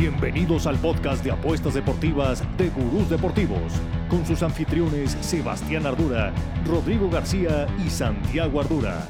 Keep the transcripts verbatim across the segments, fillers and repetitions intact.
Bienvenidos al podcast de apuestas deportivas de Gurús Deportivos, con sus anfitriones Sebastián Ardura, Rodrigo García y Santiago Ardura.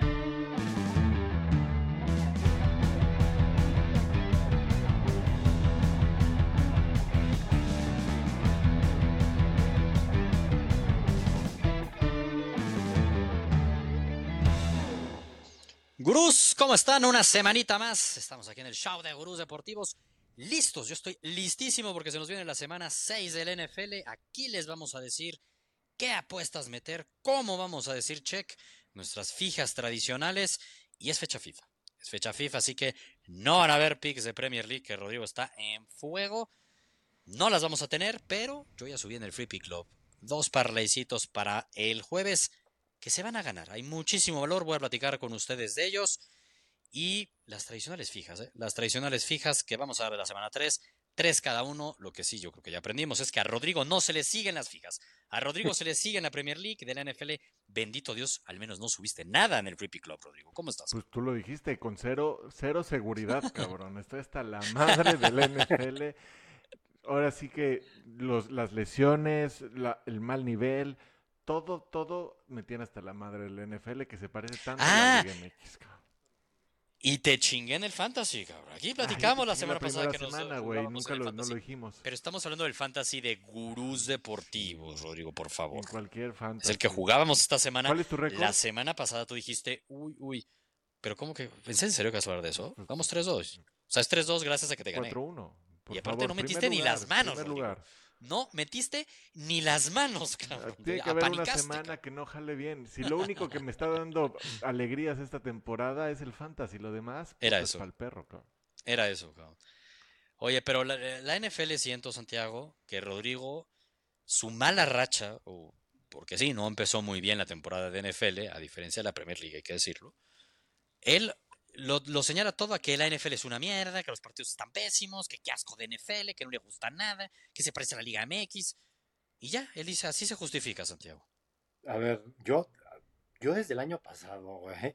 Gurús, ¿cómo están? Una semanita más. Estamos aquí en el show de Gurús Deportivos. Listos, yo estoy listísimo porque se nos viene la semana seis del N F L. Aquí les vamos a decir qué apuestas meter, cómo vamos a decir check, nuestras fijas tradicionales. Y es fecha FIFA. Es fecha FIFA, así que no van a haber picks de Premier League, que Rodrigo está en fuego. No las vamos a tener, pero yo ya subí en el Free Pick Club dos parlaycitos para el jueves que se van a ganar. Hay muchísimo valor, voy a platicar con ustedes de ellos. Y las tradicionales fijas, ¿eh? Las tradicionales fijas que vamos a dar de la semana tres, tres cada uno. Lo que sí yo creo que ya aprendimos es que a Rodrigo no se le siguen las fijas. A Rodrigo se le sigue en la Premier League de la N F L. Bendito Dios, al menos no subiste nada en el Free Pick Club, Rodrigo. ¿Cómo estás? Pues tú lo dijiste, con cero, cero seguridad, cabrón. Estoy hasta la madre del N F L. Ahora sí que los, las lesiones, la, el mal nivel, todo, todo me tiene hasta la madre del N F L, que se parece tanto ah, a la Liga M X, cabrón. Y te chingué en el Fantasy, cabrón. Aquí platicamos Ay, la semana la pasada que semana, nos güey, jugábamos nunca en el lo, Fantasy. no lo dijimos. Pero estamos hablando del Fantasy de Gurús Deportivos, Rodrigo, por favor. En cualquier Fantasy. Es el que jugábamos esta semana. ¿Cuál es tu récord? La semana pasada tú dijiste, uy, uy. Pero ¿cómo que? ¿Pensé en serio que vas a hablar de eso? Vamos tres dos. O sea, es tres dos gracias a que te gané. cuatro uno. Y aparte favor, no metiste ni lugar, las manos, primer Rodrigo. lugar. No metiste ni las manos, cabrón. Tiene que haber una Apanicaste, semana cabrón. que no jale bien. Si lo único que me está dando alegrías esta temporada es el Fantasy, lo demás Era pues, eso. es pa'l perro, cabrón. Era eso, cabrón. Oye, pero la, la N F L siento, Santiago, que Rodrigo, su mala racha, o porque sí, no empezó muy bien la temporada de N F L, a diferencia de la Premier League, hay que decirlo. Él lo, lo señala todo a que la N F L es una mierda, que los partidos están pésimos, que qué asco de N F L, que no le gusta nada, que se parece a la Liga M X. Y ya, él dice, así se justifica, Santiago. A ver, yo, yo desde el año pasado, güey,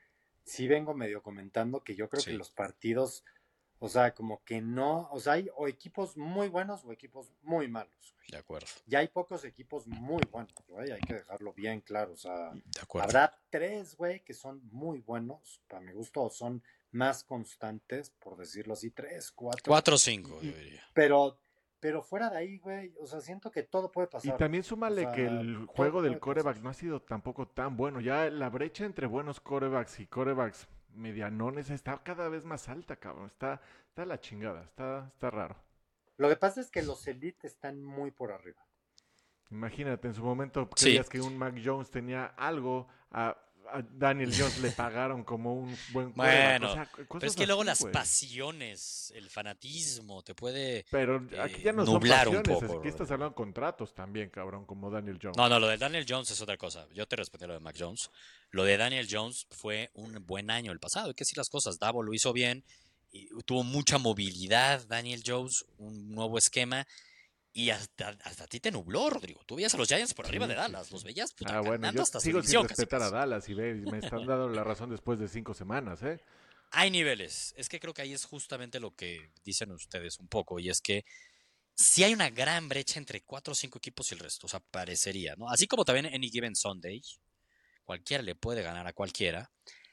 sí vengo medio comentando que yo creo Sí. que los partidos, o sea, como que no, o sea, hay o equipos muy buenos o equipos muy malos, güey. De acuerdo. Ya hay pocos equipos muy buenos, güey, hay que dejarlo bien claro, o sea, De acuerdo. habrá tres, güey, que son muy buenos, para mi gusto, o son más constantes, por decirlo así, tres, cuatro. cuatro o cinco, yo diría. Pero, pero fuera de ahí, güey, o sea, siento que todo puede Y pasar. también súmale O sea, que el todo juego del puede quarterback pasar. no ha sido tampoco tan bueno. Ya la brecha entre buenos quarterbacks y quarterbacks medianones está cada vez más alta, cabrón. Está, está la chingada, está, está raro. Lo que pasa es que los elite están muy por arriba. Imagínate, en su momento Sí. creías que un Mac Jones tenía algo, a, a Daniel Jones le pagaron como un buen quarterback. Bueno, O sea, pero cosas es que luego así, las güey. pasiones, el fanatismo, te puede Pero eh, aquí ya no son nublar un pasiones, poco. aquí estás Rodrigo. hablando de contratos también, cabrón, como Daniel Jones. No, no, lo de Daniel Jones es otra cosa. Yo te respeté lo de Mac Jones. Lo de Daniel Jones fue un buen año el pasado. Hay que decir las cosas. Davo lo hizo bien. Y tuvo mucha movilidad Daniel Jones, un nuevo esquema. Y hasta, hasta a ti te nubló, Rodrigo. Tú veías a los Giants por Sí, arriba de sí, Dallas. sí. Los veías puta, Ah, bueno, ganando yo hasta su sigo sin división. casi, respetar a casi. Dallas y ve, me están dando la razón después de cinco semanas, ¿eh? Hay niveles. Es que creo que ahí es justamente lo que dicen ustedes un poco. Y es que sí hay una gran brecha entre cuatro o cinco equipos y el resto. O sea, parecería, ¿no? Así como también en Any Given Sunday, cualquiera le puede ganar a cualquiera.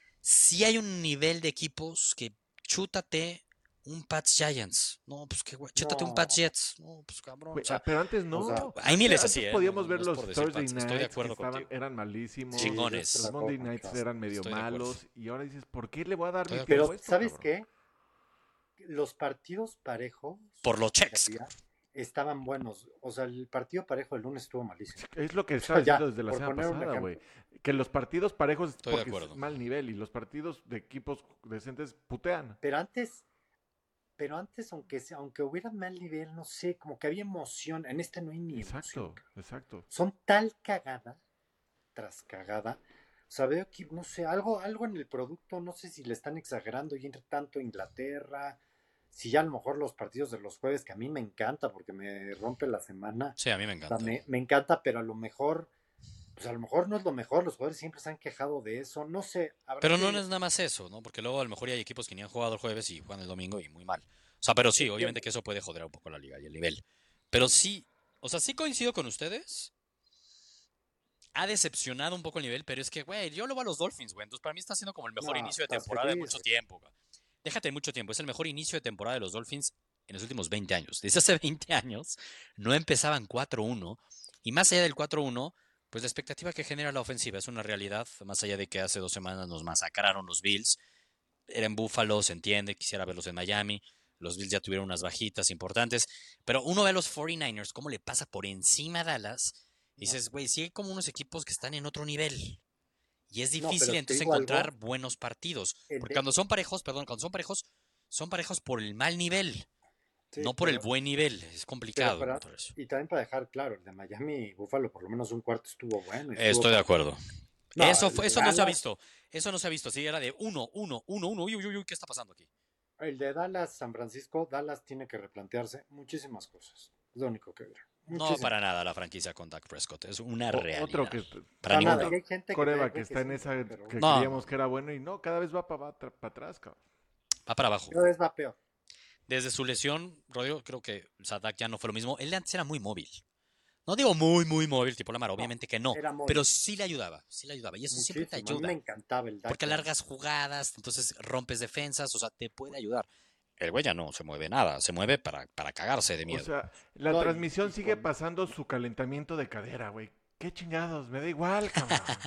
Sí hay un nivel de equipos que chútate un Pats Giants. No, pues que güey, chútate No. un Pats Jets. No, pues cabrón. Güey, O sea, ah, pero antes no. o sea, hay antes, miles así, antes ¿eh? podíamos No, ver no es los por decir Thursday Pats, nights estoy de que acuerdo estaban, contigo. eran malísimos. Sí, Chingones. yo estoy de Los acuerdo Monday con nights Clas. eran medio Estoy de acuerdo. malos. Y ahora dices, ¿por qué le voy a dar Estoy mi de Pero, puesto, ¿sabes cabrón? qué? Los partidos parejos Por los que checks. había estaban buenos. O sea, el partido parejo el lunes estuvo malísimo. Es lo que O estaba sea, ya, diciendo desde la por semana poner un pasada, ejemplo. güey. Que los partidos parejos es Estoy de porque es acuerdo. mal nivel y los partidos de equipos decentes putean. Pero antes, pero antes, aunque sea, aunque hubiera mal nivel, no sé, como que había emoción. En este no hay ni emoción. Exacto, cabrón. exacto. Son tal cagada tras cagada. O sea, veo que, no sé, algo, algo en el producto, no sé si le están exagerando y entre tanto Inglaterra, si ya a lo mejor los partidos de los jueves, que a mí me encanta porque me rompe la semana, Sí, a mí me o sea, encanta. me, me encanta, pero a lo mejor pues a lo mejor no es lo mejor, los jugadores siempre se han quejado de eso, no sé, habrá Pero que, no es nada más eso, ¿no? Porque luego a lo mejor ya hay equipos que ni han jugado el jueves y juegan el domingo y muy mal. O sea, pero sí, obviamente entiendo, que eso puede joder un poco la liga y el nivel. Pero sí, o sea, sí coincido con ustedes. Ha decepcionado un poco el nivel, pero es que, güey, yo lo voy a los Dolphins, güey. Entonces para mí está siendo como el mejor no, inicio de estás temporada de feliz, mucho tiempo, güey. Déjate de mucho tiempo, es el mejor inicio de temporada de los Dolphins en los últimos veinte años. Desde hace veinte años no empezaban cuatro uno y más allá del cuatro uno, pues la expectativa que genera la ofensiva es una realidad, más allá de que hace dos semanas nos masacraron los Bills. Era en Buffalo, se entiende, quisiera verlos en Miami. Los Bills ya tuvieron unas bajitas importantes, pero uno ve a los cuarenta y nueve ers, cómo le pasa por encima a Dallas. Y no, dices, güey, sí hay como unos equipos que están en otro nivel. Y es no, difícil pero te entonces digo encontrar algo, buenos partidos. el Porque de, cuando son parejos, perdón, cuando son parejos, son parejos por el mal nivel, sí, no por el pero, buen nivel. Es pero complicado para, encontrar eso. y también para dejar claro, el de Miami y Buffalo, por lo menos un cuarto estuvo bueno y estuvo Estoy de para, acuerdo. no, Eso, el fue, de eso no se ha Dallas, visto. Eso no se ha visto. Sí, era de uno, uno, uno, uno. Uy, uy, uy, ¿qué está pasando aquí? el de Dallas, San Francisco, Dallas tiene que replantearse muchísimas cosas, es lo único que veo, No muchísimas. para nada la franquicia con Dak Prescott. Es una O- otro realidad. que, Para Para nada, y ninguna. otro hay gente que todavía coreba que cree que está en sí, güey, esa pero que No, creíamos no. que era bueno y no, cada vez va para atrás, cabrón. Va para abajo. cada vez va peor. Desde su lesión, Rodrigo, creo que o sea, Dak ya no fue lo mismo. Él antes era muy móvil. No digo muy, muy móvil, tipo Lamar, No, obviamente que no. era Pero móvil, sí le ayudaba, sí le ayudaba. Y eso siempre te muchísimo. A mí me ayuda. encantaba el Dak Porque de largas antes. jugadas, entonces rompes defensas, o sea, te puede ayudar. El güey ya no se mueve nada, se mueve para, para cagarse de O miedo. sea, la No, y, transmisión y sigue con, pasando su calentamiento de cadera, güey. Qué chingados, me da igual, cabrón.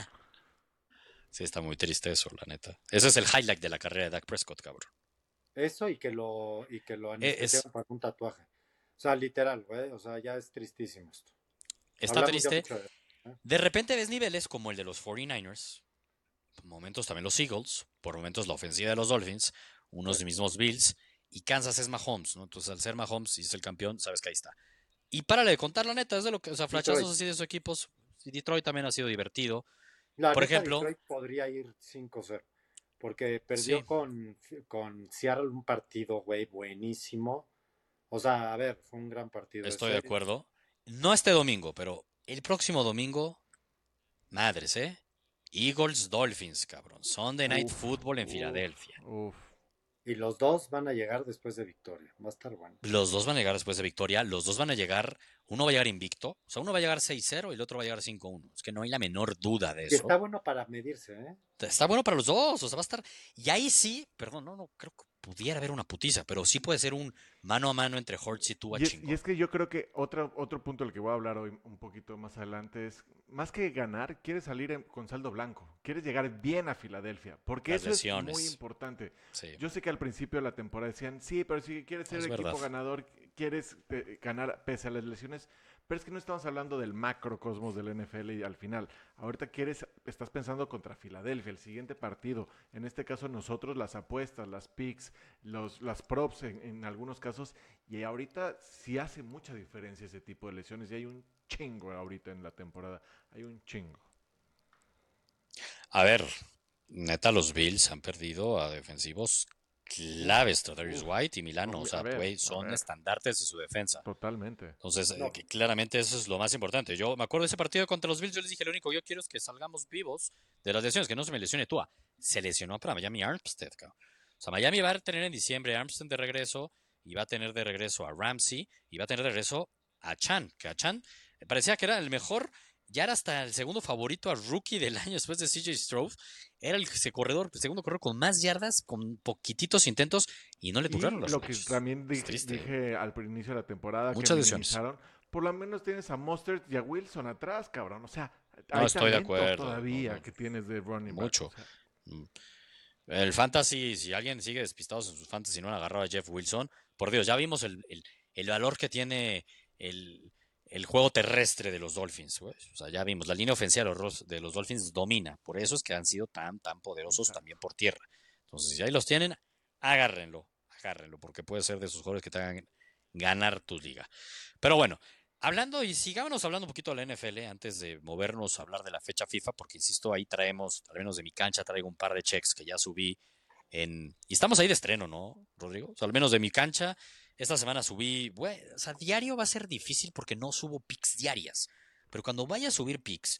Sí, está muy triste eso, la neta. Ese es el highlight de la carrera de Dak Prescott, cabrón. eso y que lo, y que lo E- Es, anestesiaron para un tatuaje. O sea, literal, güey. O sea, ya es tristísimo esto. está Hablamos ya triste. mucho de eso, ¿eh? De repente ves niveles como el de los cuarenta y nueve ers, por momentos también los Eagles, por momentos la ofensiva de los Dolphins, Sí. unos mismos Bills, y Kansas es Mahomes, ¿no? Entonces, al ser Mahomes y es el campeón, sabes que ahí está. Y párale de contar, la neta, es de lo que, o sea, Detroit. flachazos así de sus equipos. Y Detroit también ha sido divertido. La Por neta, ejemplo, Detroit podría ir cinco cero. Porque sí, perdió con, con Seattle un partido, güey, buenísimo. O sea, a ver, fue un gran partido estoy de ese. acuerdo. No este domingo, pero el próximo domingo, madres, ¿eh? Eagles Dolphins, cabrón. Sunday Night Uf, Football en uf, Filadelfia. uf. Y los dos van a llegar después de victoria. Va a estar bueno. Los dos van a llegar después de victoria. Los dos van a llegar. Uno va a llegar invicto. O sea, uno va a llegar seis cero y el otro va a llegar cinco uno. Es que no hay la menor duda de Y está eso. bueno para medirse, ¿eh? Está bueno para los dos. O sea, va a estar. Y ahí sí, perdón, no, no creo que pudiera haber una putiza, pero sí puede ser un mano a mano entre Hurts y Tua Y es, y chingón. es que yo creo que otro, otro punto del que voy a hablar hoy un poquito más adelante es, más que ganar, quieres salir en- con saldo blanco, quieres llegar bien a Filadelfia, porque Las eso es muy lesiones. importante. Sí, Yo sé que al principio de la temporada decían, sí, pero si quieres ser es verdad. equipo ganador, quieres eh, ganar pese a las lesiones, pero es que no estamos hablando del macrocosmos del N F L y al final. Ahorita quieres, estás pensando contra Filadelfia, el siguiente partido. En este caso nosotros las apuestas, las picks, los, las props en, en algunos casos. Y ahorita sí hace mucha diferencia ese tipo de lesiones. Y hay un chingo ahorita en la temporada. Hay un chingo. A ver, neta, los Bills han perdido a defensivos claves, Tredavious Uf, White y Milano. O obvi- a sea, ver, güey, a son ver. estandartes de su defensa. Totalmente. Entonces, eh, No, que claramente eso es lo más importante. Yo me acuerdo de ese partido contra los Bills, yo les dije, lo único que yo quiero es que salgamos vivos de las lesiones, que no se me lesione Tua. Se lesionó para Miami Armstead, cabrón. O sea, Miami va a tener en diciembre a Armstead de regreso, y va a tener de regreso a Ramsey, y va a tener de regreso a Chan, que a Chan parecía que era el mejor, ya era hasta el segundo favorito a rookie del año después de C J Stroud. Era el ese corredor, el segundo corredor con más yardas, con poquititos intentos, y no le Y duraron los lo que Rams. también Es dije, triste. dije al inicio de la temporada, que Muchas lesiones. minimizaron, por lo menos tienes a Mostert y a Wilson atrás, cabrón. O sea, No, hay estoy de talento acuerdo. No, todavía no, que tienes de running back. mucho. O sea, Mm. El fantasy, si alguien sigue despistados en sus fantasy y no han agarrado a Jeff Wilson, por Dios, ya vimos el, el- el valor que tiene el, el juego terrestre de los Dolphins, güey. O sea, ya vimos, la línea ofensiva de los, Ros- de los Dolphins domina. Por eso es que han sido tan, tan poderosos Exacto. también por tierra. Entonces, si ahí los tienen, agárrenlo, agárrenlo, porque puede ser de esos jugadores que te hagan ganar tu liga. Pero bueno, hablando y sigámonos hablando un poquito de la N F L antes de movernos a hablar de la fecha FIFA, porque insisto, ahí traemos, al menos de mi cancha, traigo un par de checks que ya subí en... Y estamos ahí de estreno, ¿no, Rodrigo? O sea, al menos de mi cancha, esta semana subí, güey, o sea, diario va a ser difícil porque no subo picks diarias, pero cuando vaya a subir picks,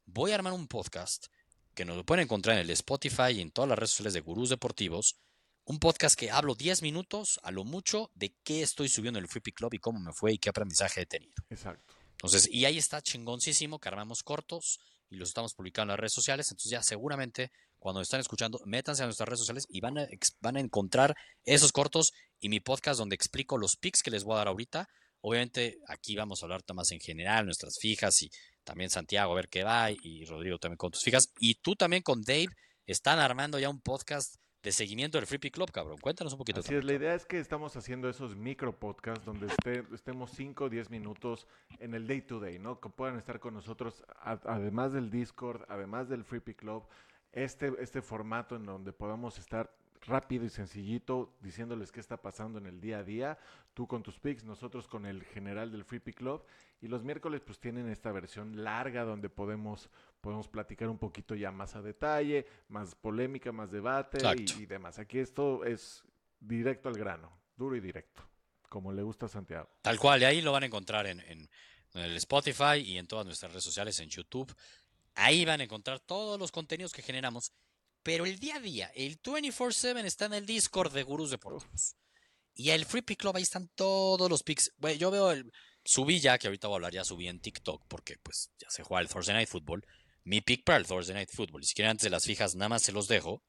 voy a armar un podcast que nos lo pueden encontrar en el Spotify y en todas las redes sociales de Gurús Deportivos. Un podcast que hablo diez minutos, a lo mucho, de qué estoy subiendo en el Free Pick Club y cómo me fue y qué aprendizaje he tenido. Exacto. Entonces, y ahí está chingoncísimo que armamos cortos y los estamos publicando en las redes sociales. Entonces ya seguramente cuando están escuchando, métanse a nuestras redes sociales y van a, van a encontrar esos cortos y mi podcast donde explico los picks que les voy a dar ahorita. Obviamente aquí vamos a hablar más en general, nuestras fijas y también Santiago a ver qué va y Rodrigo también con tus fijas. Y tú también con Dave están armando ya un podcast de seguimiento del Free Pick Club, cabrón. Cuéntanos un poquito. Así también, es, la cabrón. idea es que estamos haciendo esos micro podcasts donde esté, estemos cinco o diez minutos en el day to day, ¿no? Que puedan estar con nosotros, a, además del Discord, además del Free Pick Club, este, este formato en donde podamos estar rápido y sencillito diciéndoles qué está pasando en el día a día, tú con tus picks, nosotros con el general del Free Pick Club, y los miércoles pues tienen esta versión larga donde podemos, podemos platicar un poquito ya más a detalle, más polémica, más debate y, y demás. Aquí esto es directo al grano, duro y directo, como le gusta a Santiago. Tal cual, y ahí lo van a encontrar en, en, en el Spotify y en todas nuestras redes sociales, en YouTube. Ahí van a encontrar todos los contenidos que generamos. Pero el día a día, el veinticuatro siete está en el Discord de Gurús Deportivos. Y el Free Pick Club, ahí están todos los picks. Bueno, yo veo el... Subí ya, que ahorita voy a hablar, ya subí en TikTok, porque pues ya se juega el Thursday Night Football. Mi pick para el Thursday Night Football. Y si quieren antes de las fijas, nada más se los dejo.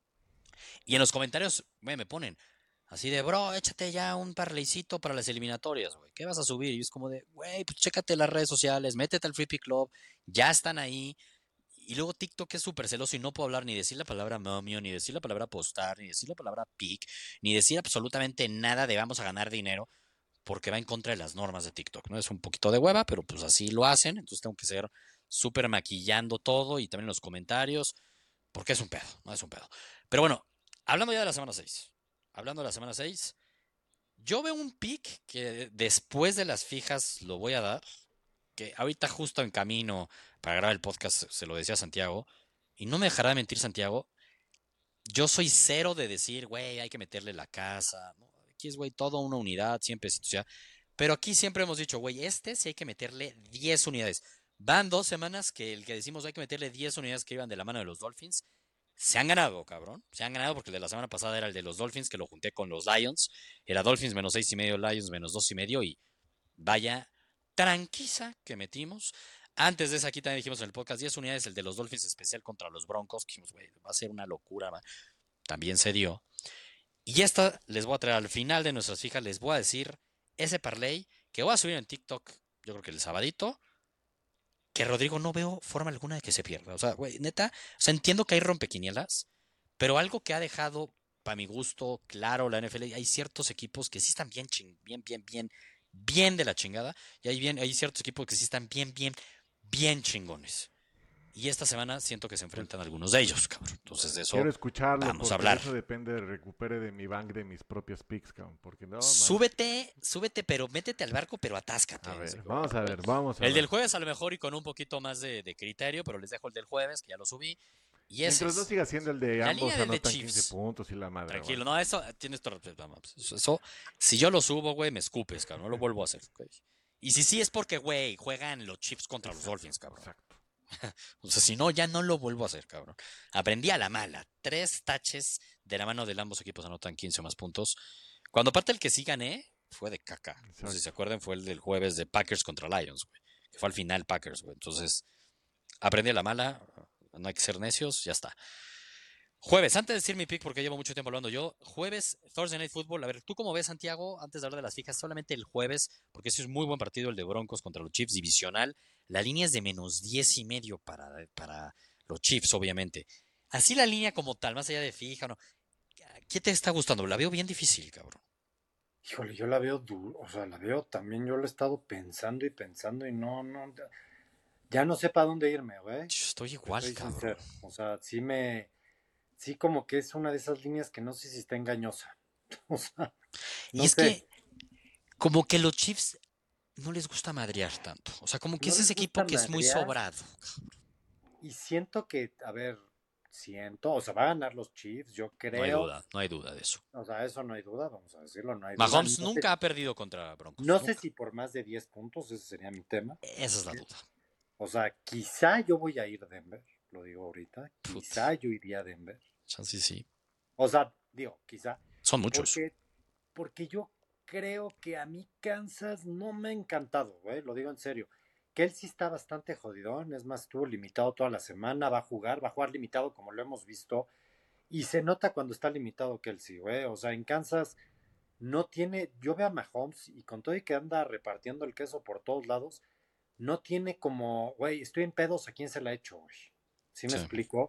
Y en los comentarios, güey, me ponen así de, bro, échate ya un parlaycito para las eliminatorias, güey. ¿Qué vas a subir? Y es como de, güey, pues chécate las redes sociales, métete al Free Pick Club, ya están ahí. Y luego TikTok es súper celoso y no puedo hablar ni decir la palabra momio, ni decir la palabra postar, ni decir la palabra pick, ni decir absolutamente nada de vamos a ganar dinero, porque va en contra de las normas de TikTok, ¿no? Es un poquito de hueva, pero pues así lo hacen, entonces tengo que ser súper maquillando todo y también los comentarios, porque es un pedo, no es un pedo. Pero bueno, hablando ya de la semana seis, hablando de la semana seis, yo veo un pick que después de las fijas lo voy a dar, que ahorita justo en camino para grabar el podcast se lo decía a Santiago, y no me dejará de mentir Santiago, yo soy cero de decir, güey, hay que meterle la casa, ¿no? Aquí es, güey, toda una unidad, cien pesitos ya, pero aquí siempre hemos dicho, güey, este sí hay que meterle diez unidades. Van dos semanas que el que decimos hay que meterle diez unidades que iban de la mano de los Dolphins, se han ganado, cabrón, se han ganado porque el de la semana pasada era el de los Dolphins, que lo junté con los Lions, era Dolphins menos seis y medio, Lions menos dos y medio, y vaya tranquiza que metimos. Antes de esa, aquí también dijimos en el podcast, diez unidades, el de los Dolphins especial contra los Broncos, que dijimos, güey, va a ser una locura, man. También se dio. Y esta les voy a traer al final de nuestras fijas, les voy a decir ese parlay que voy a subir en TikTok, yo creo que el sabadito, que Rodrigo no veo forma alguna de que se pierda. O sea, güey, neta, o sea, entiendo que hay rompequinielas, pero algo que ha dejado, para mi gusto, claro, la N F L, hay ciertos equipos que sí están bien, ching, bien, bien, bien, bien de la chingada, y hay, bien, hay ciertos equipos que sí están bien, bien, bien chingones. Y esta semana siento que se enfrentan pues, algunos de ellos, cabrón. Entonces de eso quiero escucharlo vamos porque a hablar. Eso depende de recupere de mi bank de mis propias picks, cabrón. Porque no, súbete, man. súbete, pero métete al barco, pero atáscate. A ver, vamos a ver, vamos a el ver. El del jueves a lo mejor y con un poquito más de, de criterio, pero les dejo el del jueves, que ya lo subí. Y ese Mientras es, no siga siendo el de la ambos línea del anotan de Chiefs. quince puntos y la madre. Tranquilo, bueno. no, eso tienes todo. Eso, eso, si yo lo subo, güey, me escupes, cabrón. No lo vuelvo a hacer, güey. Y si sí es porque, güey, juegan los Chiefs contra exacto, los Dolphins, cabrón. Exacto. O sea, si no, ya no lo vuelvo a hacer, cabrón. Aprendí a la mala. Tres taches de la mano de ambos equipos anotan quince o más puntos. Cuando parte el que sí gané, fue de caca. Exacto. No sé si se acuerdan, fue el del jueves de Packers contra Lions, güey. Que fue al final Packers, güey. Entonces, aprendí a la mala. No hay que ser necios, ya está. Jueves, antes de decir mi pick, porque llevo mucho tiempo hablando yo, jueves, Thursday Night Football. A ver, ¿tú cómo ves, Santiago? Antes de hablar de las fijas, solamente el jueves, porque ese es muy buen partido, el de Broncos contra los Chiefs, divisional. La línea es de menos diez y medio para, para los Chiefs, obviamente. Así la línea como tal, más allá de fija, ¿no? ¿Qué te está gustando? La veo bien difícil, cabrón. Híjole, yo la veo duro, o sea, la veo también, yo lo he estado pensando y pensando y no, no, ya no sé para dónde irme, güey. Yo estoy igual, estoy cabrón. Sincero. O sea, sí me... Sí, como que es una de esas líneas que no sé si está engañosa. O sea, no y es sé. que como que los Chiefs no les gusta madrear tanto. O sea, como que no es ese equipo que madrear, es muy sobrado. Y siento que, a ver, siento, o sea, va a ganar los Chiefs, yo creo. No hay duda, no hay duda de eso. O sea, eso no hay duda, vamos a decirlo, no hay Mahomes duda. No nunca sé, ha perdido contra Broncos. No nunca. sé si por más de diez puntos, ese sería mi tema. Esa es la duda. O sea, quizá yo voy a ir a Denver, lo digo ahorita, quizá Puta, yo iría a Denver. chance sí. O sea, digo, quizá, Son muchos. porque, porque yo creo que a mí Kansas no me ha encantado, güey, lo digo en serio. Que él sí está bastante jodidón, es más, estuvo limitado toda la semana, va a jugar, va a jugar limitado como lo hemos visto, y se nota cuando está limitado Kelsey, güey. O sea, en Kansas no tiene, yo veo a Mahomes y con todo y que anda repartiendo el queso por todos lados, no tiene como, güey, estoy en pedos, ¿a quién se la he hecho, güey? ¿Sí me Sí. explico?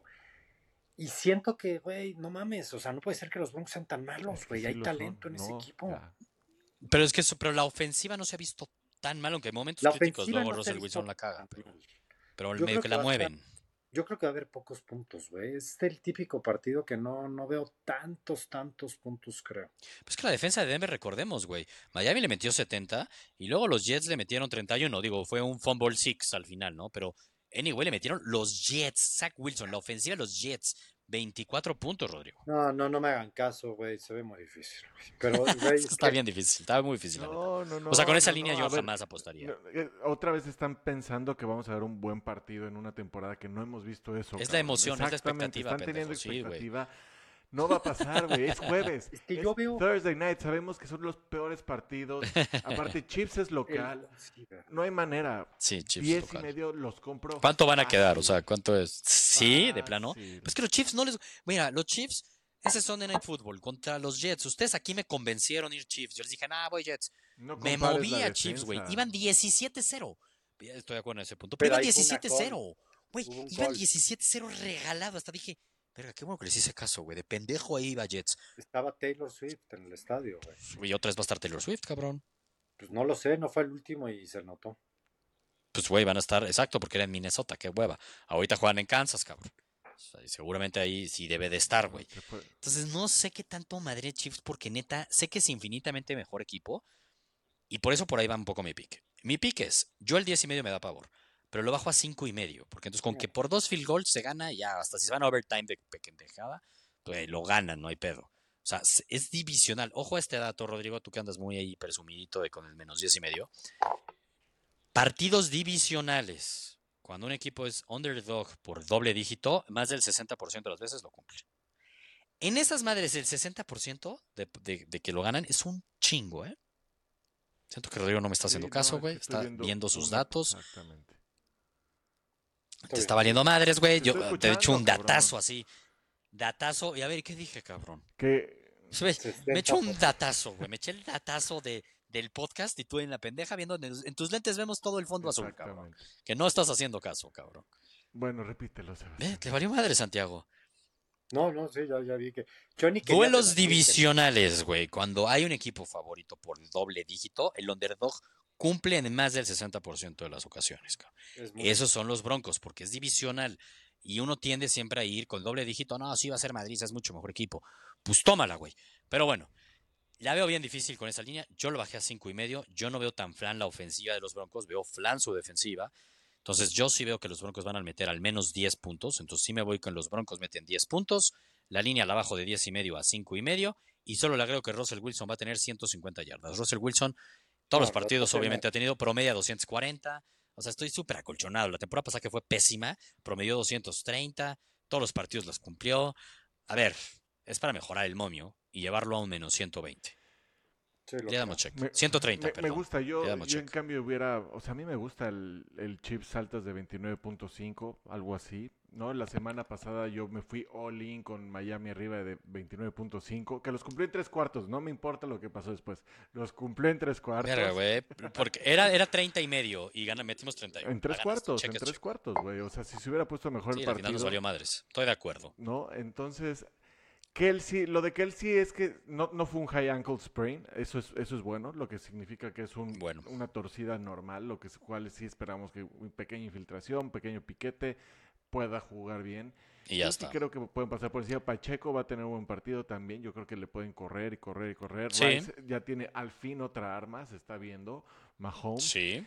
Y siento que, güey, no mames, o sea, no puede ser que los Broncos sean tan Es malos, que güey, sí hay lo son, talento en ese no, equipo. ya. Pero es que eso, pero la ofensiva no se ha visto tan mal, aunque en momentos La críticos ofensiva luego no se ha Russell Wilson visto la caga, tan pero, mal. pero el Yo medio creo que que la va a estar, mueven. yo creo que va a haber pocos puntos, güey. Es el típico partido que no, no veo tantos, tantos puntos, creo. Pues que la defensa de Denver, recordemos, güey. Miami le metió setenta y luego los Jets le metieron treinta y uno. Digo, fue un fumble six al final, ¿no? Pero, anyway, le metieron los Jets. Zach Wilson, la ofensiva de los Jets. veinticuatro puntos, Rodrigo. No, no, no me hagan caso, güey, se ve muy difícil, güey. Pero, güey, Es que es está que bien difícil, está muy difícil, la neta. No, no, O sea, con no, esa no, línea no. yo A ver, jamás apostaría. no, eh, otra vez están pensando que vamos a ver un buen partido en una temporada que no hemos visto eso, Es la cabrón. emoción, es la Exactamente, expectativa, están pendejo. teniendo Sí, güey. expectativa. No va a pasar, güey. Es jueves. es que Es yo veo Thursday night. Sabemos que son los peores partidos. Aparte, Chiefs es el local. sí, güey. No hay manera. Sí, Chiefs Diez y local. medio los compro ¿Cuánto van a quedar? O sea, fácil. ¿cuánto es? Sí, de plano. Fácil. Pues que los Chiefs no les. Mira, los Chiefs, ese son de Night Football contra los Jets. Ustedes aquí me convencieron ir Chiefs. Yo les dije, nah, voy Jets. No Me compares moví la a Chiefs, güey. defensa. Iban diecisiete cero. Ya estoy de acuerdo en ese punto. Pero Pero iban ahí fue una diecisiete call, cero. Güey, hubo un iban call. diecisiete cero regalado. Hasta dije, verga, qué bueno que les hice caso, güey. De pendejo ahí iba Jets. Estaba Taylor Swift en el estadio, güey. Y otra vez va a estar Taylor Swift, cabrón. Pues no lo sé, no fue el último y se notó. Pues, güey, van a estar, exacto, porque era en Minnesota, qué hueva. Ahorita juegan en Kansas, cabrón. O sea, y seguramente ahí sí debe de estar, güey. Se fue. Entonces, no sé qué tanto Madrid Chiefs, porque neta, sé que es infinitamente mejor equipo. Y por eso por ahí va un poco mi pick. Mi pick es, yo el diez y medio me da pavor, pero lo bajo a cinco y medio. Porque entonces, con que por dos field goals se gana, ya hasta si se van a overtime de pendejada, pues lo ganan, no hay pedo. O sea, es divisional. Ojo a este dato, Rodrigo, tú que andas muy ahí presumidito de con el menos diez y medio. Partidos divisionales. Cuando un equipo es underdog por doble dígito, más del sesenta por ciento de las veces lo cumple. En esas madres, el sesenta por ciento de, de, de que lo ganan es un chingo, ¿eh? Siento que Rodrigo no me está haciendo Sí, caso, no, es güey. que estoy Está viendo viendo sus una- datos. Exactamente. Te está valiendo madres, güey. Te Yo estoy te he hecho un escuchando, datazo cabrón. así. Datazo. Y a ver, ¿qué dije, cabrón? Que Güey, me echo un sesenta por ciento. datazo, güey. Me eché el datazo de, del podcast y tú en la pendeja viendo en, el- en tus lentes vemos todo el fondo azul, cabrón. exactamente. Que no estás haciendo caso, cabrón. Bueno, repítelo, Ve, Sebastián. te valió madre, Santiago. No, no, sí, ya, ya vi que. Johnny quería Duelos debatir que- divisionales, güey. Cuando hay un equipo favorito por doble dígito, el underdog cumple en más del sesenta por ciento de las ocasiones, cabrón. es muy- Esos son los Broncos, porque es divisional. Y uno tiende siempre a ir con doble dígito. No, sí va a ser Madrid, es mucho mejor equipo. Pues tómala, güey. Pero bueno, la veo bien difícil con esa línea. Yo lo bajé a cinco y medio. Yo no veo tan flan la ofensiva de los Broncos, veo flan su defensiva. Entonces yo sí veo que los Broncos van a meter al menos diez puntos. Entonces sí me voy con los Broncos, meten diez puntos. La línea la bajo de diez y medio a cinco y medio. Y solo le agrego que Russell Wilson va a tener ciento cincuenta yardas. Russell Wilson, todos No, los partidos Russell obviamente no. ha tenido promedio a doscientos cuarenta. O sea, estoy súper acolchonado. La temporada pasada que fue pésima, promedió doscientos treinta. Todos los partidos los cumplió. A ver, es para mejorar el momio y llevarlo a un menos ciento veinte. Sí, lo Le damos creo. check. Me- ciento treinta, me, perdón. me gusta, yo, Le damos yo en check. cambio hubiera, o sea, a mí me gusta el, el Chiefs altas de veintinueve punto cinco, algo así, ¿no? La semana pasada yo me fui all in con Miami arriba de veintinueve punto cinco, que los cumplí en tres cuartos, no me importa lo que pasó después, los cumplí en tres cuartos. Verga, güey. Porque era, era treinta y medio y gana, metimos treinta y uno. En tres La ganaste, cuartos, en cheques, tres check. cuartos, güey, o sea, si se hubiera puesto mejor Sí, el al final nos partido, valió madres. Estoy de acuerdo. ¿no? Entonces, Kelsey, lo de Kelsey es que no, no fue un high ankle sprain, eso es, eso es bueno, lo que significa que es un, Bueno. una torcida normal, lo que es, cual sí esperamos que una pequeña infiltración, pequeño piquete, pueda jugar bien. Y ya Yo está. sí creo que pueden pasar por encima. Pacheco va a tener un buen partido también. Yo creo que le pueden correr y correr y correr. Sí. Rice ya tiene al fin otra arma, se está viendo. Mahomes. Sí.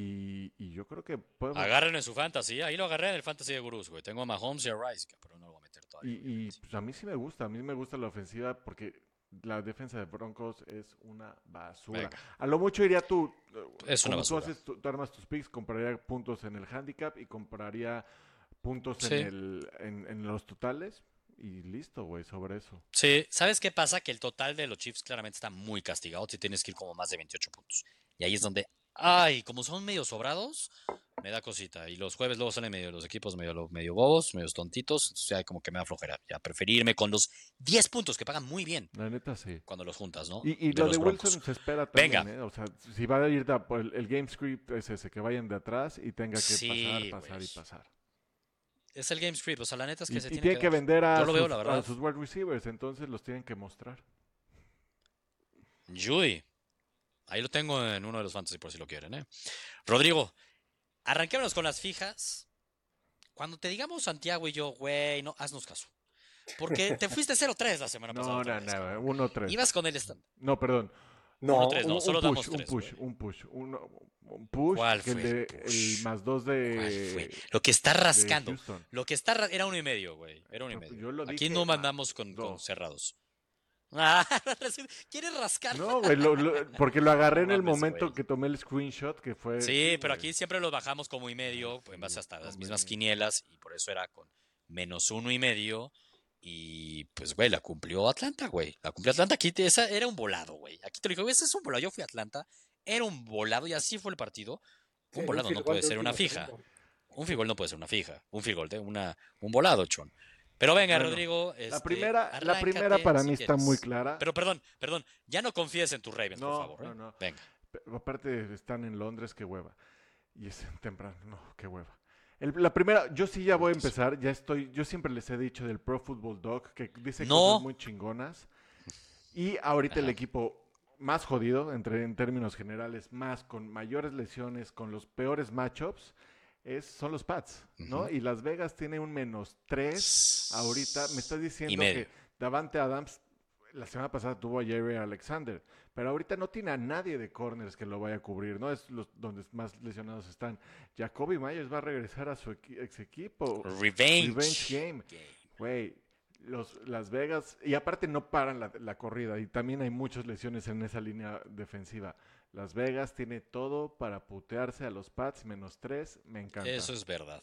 Y, y yo creo que podemos. Agarren en su fantasy. Ahí lo agarré en el fantasy de Gurús, güey. Tengo a Mahomes y a Rice, pero no lo voy a meter todavía. Y, y pues a mí sí me gusta. A mí me gusta la ofensiva porque La defensa de Broncos es una basura. Venga. A lo mucho iría tú, Es una como tú, basura. haces, tú, tú armas tus picks, compraría puntos en el handicap y compraría puntos Sí. en, el, en, en los totales y listo, güey, sobre eso. Sí, ¿sabes qué pasa? Que el total de los Chiefs claramente está muy castigado. Si tienes que ir como más de veintiocho puntos. Y ahí es donde, ay, como son medio sobrados, me da cosita. Y los jueves luego salen medio los equipos medio, medio bobos, medio tontitos. O sea, como que me da flojera. Ya preferirme con los diez puntos que pagan muy bien La neta, sí. cuando los juntas, ¿no? Y, y De lo los de Broncos. Wilson se espera también, Venga. ¿eh? O sea, si va a ir da- por el, el game script es ese, que vayan de atrás y tenga que Sí, pasar, pasar güey. y pasar. Es el game script. O sea, la neta es que Y, se y tiene tiene que que dar. vender a Yo lo sus, veo, la verdad. a sus wide receivers, entonces los tienen que mostrar. Yui. Ahí lo tengo en uno de los fantasy por si lo quieren, ¿eh? Rodrigo, arranquémonos con las fijas. Cuando te digamos Santiago y yo, güey, no, haznos caso. Porque te fuiste cero tres la semana pasada. No, otra no, vez, no, cabrón. uno tres. Ibas con el stand. No, perdón. No, uno tres, no, Un, solo un damos push, un tres, push, güey. un push, uno- un push, ¿Cuál que el, fue el de, push? el más dos ¿Cuál de, fue? Lo que está de rascando. Houston. Lo que está ra- era uno y medio, güey. Era uno y No, medio. yo lo Aquí dije no más mandamos con, con dos. cerrados. Ah, ¿quieres rascar? No, güey, lo- lo- porque lo agarré No en el mames, momento güey. que tomé el screenshot, que fue... Sí, pero güey. aquí siempre los bajamos como y medio, en base hasta las mismas quinielas, y por eso era con menos uno y medio. Y pues, güey, la cumplió Atlanta, güey. La cumplió Atlanta. Aquí te- esa era un volado, güey. Aquí te lo digo, ese es un volado. Yo fui a Atlanta, era un volado y así fue el partido. Sí, Un en volado field no goal puede de ser una último fija. segundo. Un field goal no puede ser una fija. Un field goal de una, un volado, chon. Pero venga, Bueno, Rodrigo. La este, primera, la arráncate primera para si mí está quieres. muy clara. Pero perdón, perdón. Ya no confíes en tus Ravens, No, por favor. ¿eh? no, no. Venga. Pero aparte están en Londres, qué hueva. Y es temprano, no, qué hueva. El- la primera, yo sí ya voy a empezar, ya estoy, yo siempre les he dicho del Pro Football Dog, que dice No. cosas muy chingonas. Y ahorita el Ajá. equipo más jodido, entre, en términos generales, más con mayores lesiones, con los peores matchups, es, son los Pats, ¿no? Ujú. Y Las Vegas tiene un menos tres ahorita. Me estás Y diciendo medio. que Davante Adams la semana pasada tuvo a Jerry Alexander, pero ahorita no tiene a nadie de corners que lo vaya a cubrir, ¿no? Es los donde más lesionados están. Jacoby Myers va a regresar a su equi- ex equipo. Revenge. Revenge game. Güey, los Las Vegas, y aparte no paran la, la corrida, y también hay muchas lesiones en esa línea defensiva. Las Vegas tiene todo para putearse a los Pats, menos tres, me encanta. Eso es verdad.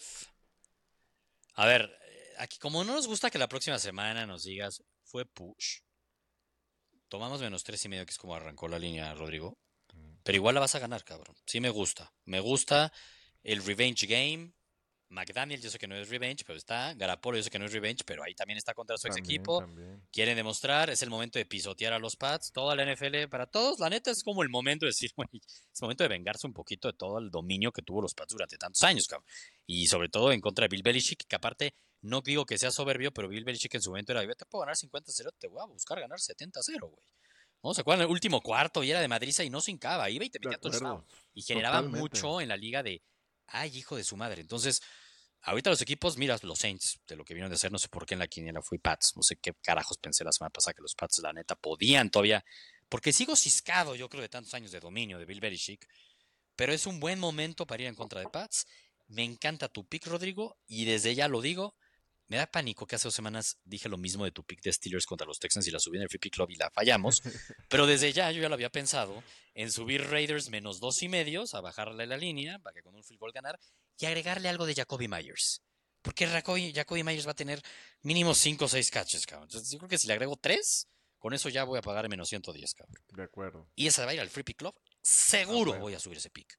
A ver, eh, aquí como no nos gusta que la próxima semana nos digas fue push, tomamos menos tres y medio, que es como arrancó la línea, Rodrigo. Pero igual la vas a ganar, cabrón. Sí me gusta. Me gusta el revenge game. McDaniel, yo sé que no es revenge, pero está. Garapolo, yo sé que no es revenge, pero ahí también está contra su ex También, equipo. también. Quieren demostrar, es el momento de pisotear a los Pats. Toda la N F L, para todos, la neta es como el momento de decir, güey, es momento de vengarse un poquito de todo el dominio que tuvo los Pats durante tantos años, cabrón. Y sobre todo en contra de Bill Belichick, que aparte, no digo que sea soberbio, pero Bill Belichick en su momento era, yo te puedo ganar cincuenta a cero, te voy a buscar ganar setenta a cero, güey. ¿No? ¿Se acuerdan? El último cuarto y era de madriza y no se hincaba, iba y te De metía touchdown. acuerdo. Y generaba Totalmente. mucho en la liga de, ay, hijo de su madre. Entonces, ahorita los equipos, mira, los Saints, de lo que vinieron de hacer, no sé por qué en la quiniela fui Pats, no sé qué carajos pensé la semana pasada que los Pats, la neta, podían todavía, porque sigo ciscado, yo creo, de tantos años de dominio de Bill Belichick, pero es un buen momento para ir en contra de Pats. Me encanta tu pick, Rodrigo, y desde ya lo digo, me da pánico que hace dos semanas dije lo mismo de tu pick de Steelers contra los Texans y la subí en el Free Pick Club y la fallamos, pero desde ya yo ya lo había pensado en subir Raiders menos dos y medios, a bajarle la línea para que con un field goal ganar y agregarle algo de Jacoby Myers. Porque Jacoby, Jacoby Myers va a tener mínimo cinco o seis catches, cabrón. Entonces yo creo que si le agrego tres, con eso ya voy a pagar menos ciento diez, cabrón. De acuerdo. Y esa va a ir al Free Pick Club. Seguro Ah, bueno. voy a subir ese pick.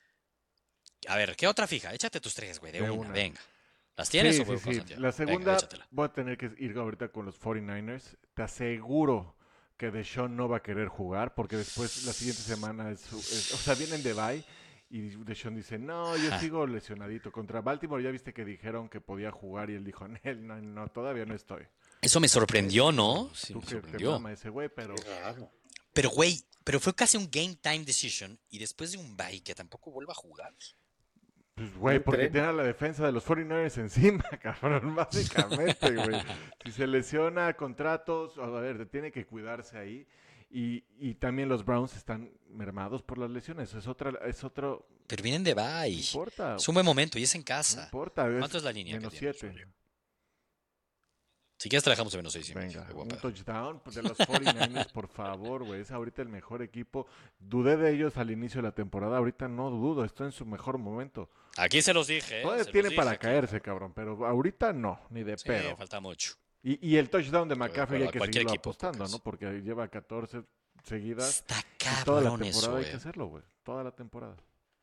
A ver, ¿qué otra fija? Échate tus tres, güey, de, De una, una. venga. ¿Las tienes Sí, o voy sí, con sí. Santiago? La Venga, segunda, échatela. voy a tener que ir ahorita con los cuarenta y nueve ers. Te aseguro que Deshaun no va a querer jugar porque después la siguiente semana es, su- es- o sea, vienen de bye y Deshaun dice, no, yo Ajá. sigo lesionadito. Contra Baltimore ya viste que dijeron que podía jugar y él dijo, no, no, todavía no estoy. Eso me sorprendió, ¿no? Sí, Tú me que te sorprendió. mama ese güey, pero Qué raro. Pero, güey, pero fue casi un game time decision y después de un bye que tampoco vuelva a jugar. pues güey, Un porque tren. tiene a la defensa de los cuarenta y nueve ers encima, cabrón, básicamente, güey. Si se lesiona contratos, a ver, tiene que cuidarse ahí. Y, y también los Browns están mermados por las lesiones. Es otra, es otro. Pero vienen de No bye. importa. Es un buen momento y es en No casa. importa. ¿Cuánto es la línea que Menos tienes, siete. Rodrigo? Si quieres, te dejamos en menos seis y Venga, medio. un touchdown de los cuarenta y nueve ers, por favor, güey. Es ahorita el mejor equipo. Dudé de ellos al inicio de la temporada. Ahorita no dudo. Está en su mejor momento. Aquí se los dije. ¿eh? Todavía Se tiene los dije para aquí, caerse, cabrón. Pero ahorita no, ni de Sí, pedo. falta mucho. Y, y el touchdown de Estoy de McCaffrey acuerdo, hay a que cualquier seguirlo equipo, apostando, Pocas. ¿no? Porque lleva catorce seguidas. Está Y toda la cabrón eso, temporada hay que eh. hacerlo, güey. Toda la temporada.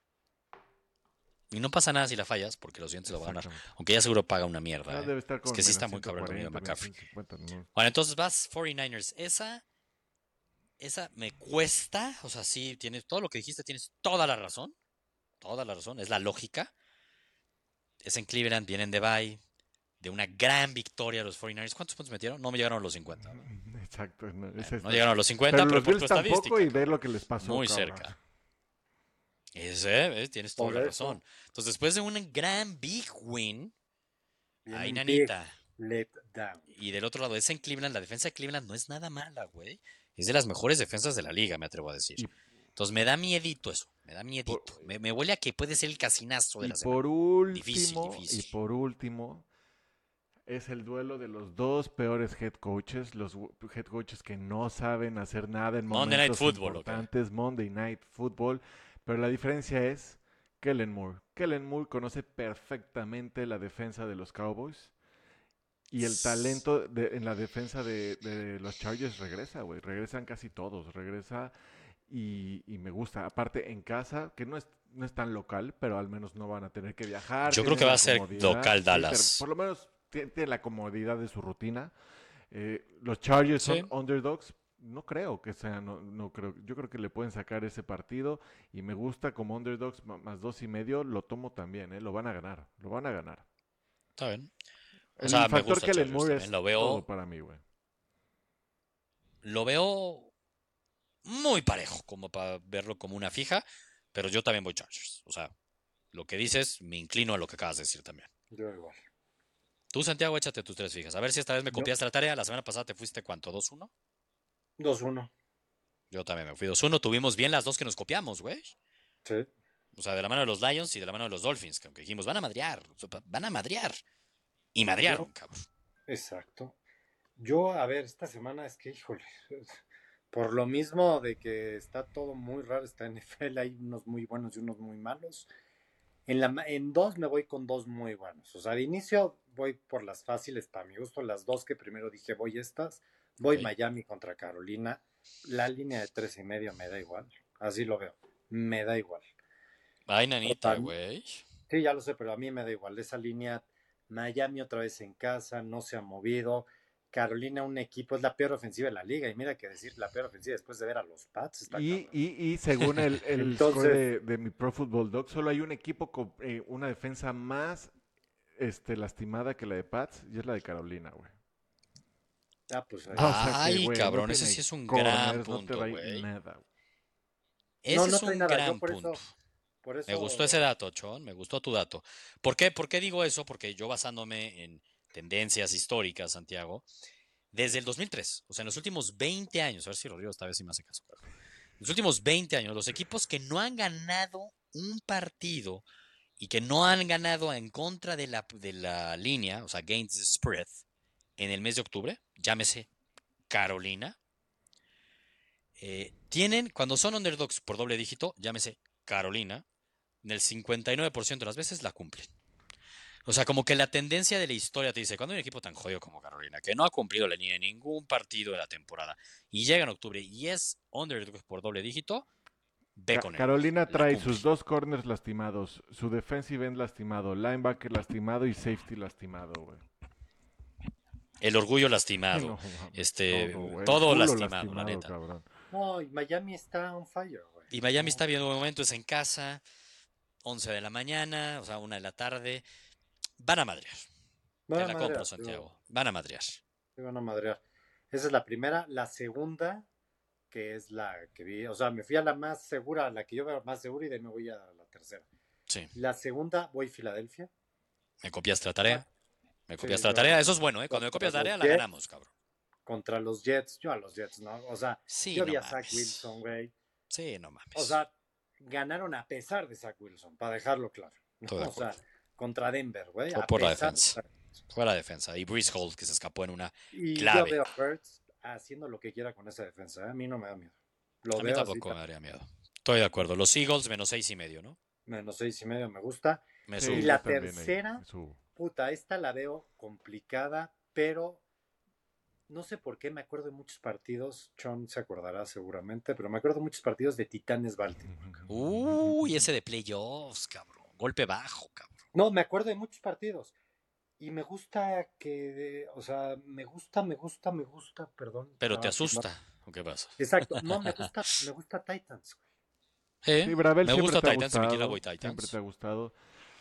Y no pasa nada si la fallas, porque los siguientes lo van a ganar. Exactamente. Aunque ya seguro paga una mierda. Ah, ¿eh? debe estar Es con que sí menos está muy cabrón el dominio de ciento cuarenta, McCaffrey. menos ciento cincuenta, no. Bueno, entonces vas cuarenta y nueve ers. Esa, esa me cuesta. O sea, sí, tienes todo lo que dijiste, tienes toda la razón. Toda la razón, es la lógica. Es en Cleveland, vienen de bye, de una gran victoria de los cuarenta y nueve ers. ¿Cuántos puntos metieron? No me llegaron a los cincuenta. ¿no? Exacto. No, es Bueno, esta. no llegaron a los cincuenta, Pero pero, los por tu Bills tampoco estadística. y ver lo que les pasó. Muy cabrón. cerca. Ese, ¿eh? Tienes toda Por la eso. razón. Entonces, después de un gran big win, Viene ahí un nanita. big let down. Y del otro lado, es en Cleveland. La defensa de Cleveland no es nada mala, güey. Es de las mejores defensas de la liga, me atrevo a decir. Y- Entonces, me da miedito eso. Me da miedito. Por- me, me huele a que puede ser el casinazo de Y la semana. por último, Difícil, difícil. y por último, es el duelo de los dos peores head coaches, los w- head coaches que no saben hacer nada en Monday Night momentos Football, ¿ok? importantes, Monday Night Football, pero la diferencia es Kellen Moore. Kellen Moore conoce perfectamente la defensa de los Cowboys y el talento de- en la defensa de, de los Chargers regresa, güey, regresan casi todos, regresa y, y me gusta. Aparte, en casa, que no es, no es tan local, pero al menos no van a tener que viajar. Yo creo tienen que va la a ser comodidad. local Sí, Dallas. pero por lo menos tiene, tiene la comodidad de su rutina. Eh, los Chargers Sí. son underdogs. No creo que sean, no, no creo. Yo creo que le pueden sacar ese partido y me gusta como underdogs ma- más dos y medio. Lo tomo también, ¿eh? Lo van a ganar, lo van a ganar. Está bien. O El sea, me factor gusta Kellen Chargers Moore también. es Lo veo, todo para mí, güey. lo veo muy parejo, como para verlo como una fija. Pero yo también voy Chargers. O sea, lo que dices, me inclino a lo que acabas de decir también. Yo igual. Tú, Santiago, échate tus tres fijas. A ver si esta vez me Yo- copiaste la tarea. La semana pasada te fuiste, ¿cuánto? ¿dos uno? dos uno. Yo también me fui dos uno. Tuvimos bien las dos que nos copiamos, güey. Sí. O sea, de la mano de los Lions y de la mano de los Dolphins. Que aunque dijimos, van a madrear. o sea, Van a madrear. Y madrearon, cabrón. Exacto. Yo, a ver, esta semana es que, híjole, por lo mismo de que está todo muy raro, esta N F L, hay unos muy buenos y unos muy malos. En, la, ma- en dos me voy con dos muy buenos. O sea, de inicio voy por las fáciles para mi gusto. Las dos que primero dije voy estas. Voy Ok. Miami contra Carolina. La línea de tres y medio me da igual. Así lo veo. Me da igual. Ay, nanita, Total. güey. Sí, ya lo sé, pero a mí me da igual. Esa línea, Miami otra vez en casa, no se ha movido. Carolina, un equipo, es la peor ofensiva de la liga. Y mira que decir la peor ofensiva después de ver a los Pats. Está Y, cabrón. y, y según el, el Entonces- score de, de mi Pro Football Dog, solo hay un equipo con eh, una defensa más este, lastimada que la de Pats, y es la de Carolina, güey. Ah, pues ahí. O sea que, Ay, güey, cabrón, no ese tiene sí es un corners, gran no te punto, trae güey. nada, güey. Ese No, no es trae un nada, yo gran por eso- punto. Por eso, Me gustó ese dato, Chon, me gustó tu dato. ¿Por qué? ¿Por qué digo eso? Porque yo basándome en tendencias históricas, Santiago, desde el dos mil tres, o sea, en los últimos veinte años, a ver si Rodrigo esta vez sí me hace caso. En los últimos veinte años, los equipos que no han ganado un partido y que no han ganado en contra de la, de la línea, o sea, against the spread, en el mes de octubre, llámese Carolina, eh, tienen, cuando son underdogs por doble dígito, llámese Carolina, en el cincuenta y nueve por ciento de las veces la cumplen. O sea, como que la tendencia de la historia te dice, cuando hay un equipo tan jodido como Carolina, que no ha cumplido la línea en ningún partido de la temporada, y llega en octubre y es underdog por doble dígito, ve Ca- con él. Carolina La trae cumple. sus dos corners lastimados, su defensive end lastimado, linebacker lastimado y safety lastimado, güey. El orgullo lastimado. No, mames, este, güey. todo Culo lastimado, la neta. cabrón. No, y Miami está on fire, güey. Y Miami No, está viendo un momento, es en casa, once de la mañana, o sea, una de la tarde. Van a madrear. van Te a la madrear, compro, sí, Santiago. Van a madrear. sí van a madrear. Esa es la primera. La segunda, que es la que vi, o sea, me fui a la más segura, a la que yo veo más segura y de ahí me voy a la tercera. Sí, La segunda, voy Filadelfia. me copiaste la tarea. Me Sí, copiaste la yo- tarea. Eso es bueno, ¿eh? Cuando me contra copias la tarea, los la Jets. ganamos, cabrón. Contra los Jets, yo a los Jets, ¿no? O sea, Sí, yo no vi a Zach mames. Wilson, güey. Sí, no mames. O sea, ganaron a pesar de Zach Wilson, para dejarlo claro. ¿no? Estoy de O sea, acuerdo. contra Denver, güey. O a por la pesar- defensa. Fue la defensa. Y Breece Hall, que se escapó en una Y yo clave. veo a Hurts haciendo lo que quiera con esa defensa. ¿eh? A mí no me da miedo. Lo A mí veo tampoco así, me daría miedo. Estoy de acuerdo. Los Eagles, menos seis y medio, ¿no? menos seis y medio me gusta. Me Sí, subo. Y yo la también ahí, tercera, me subo. puta, esta la veo complicada, pero no sé por qué me acuerdo de muchos partidos. John se acordará seguramente, pero me acuerdo de muchos partidos de Titanes Baltimore. Uy, ese de playoffs, cabrón. Golpe bajo, cabrón. No, me acuerdo de muchos partidos. Y me gusta que, o sea, me gusta, me gusta, me gusta, perdón. Pero te estaba haciendo- asusta. ¿O qué pasa? Exacto, no, me gusta, me gusta Titans, güey. Eh, Sí, Bravel me siempre gusta te ha Titans, si me quiera gustado. voy Siempre Titans. te ha gustado.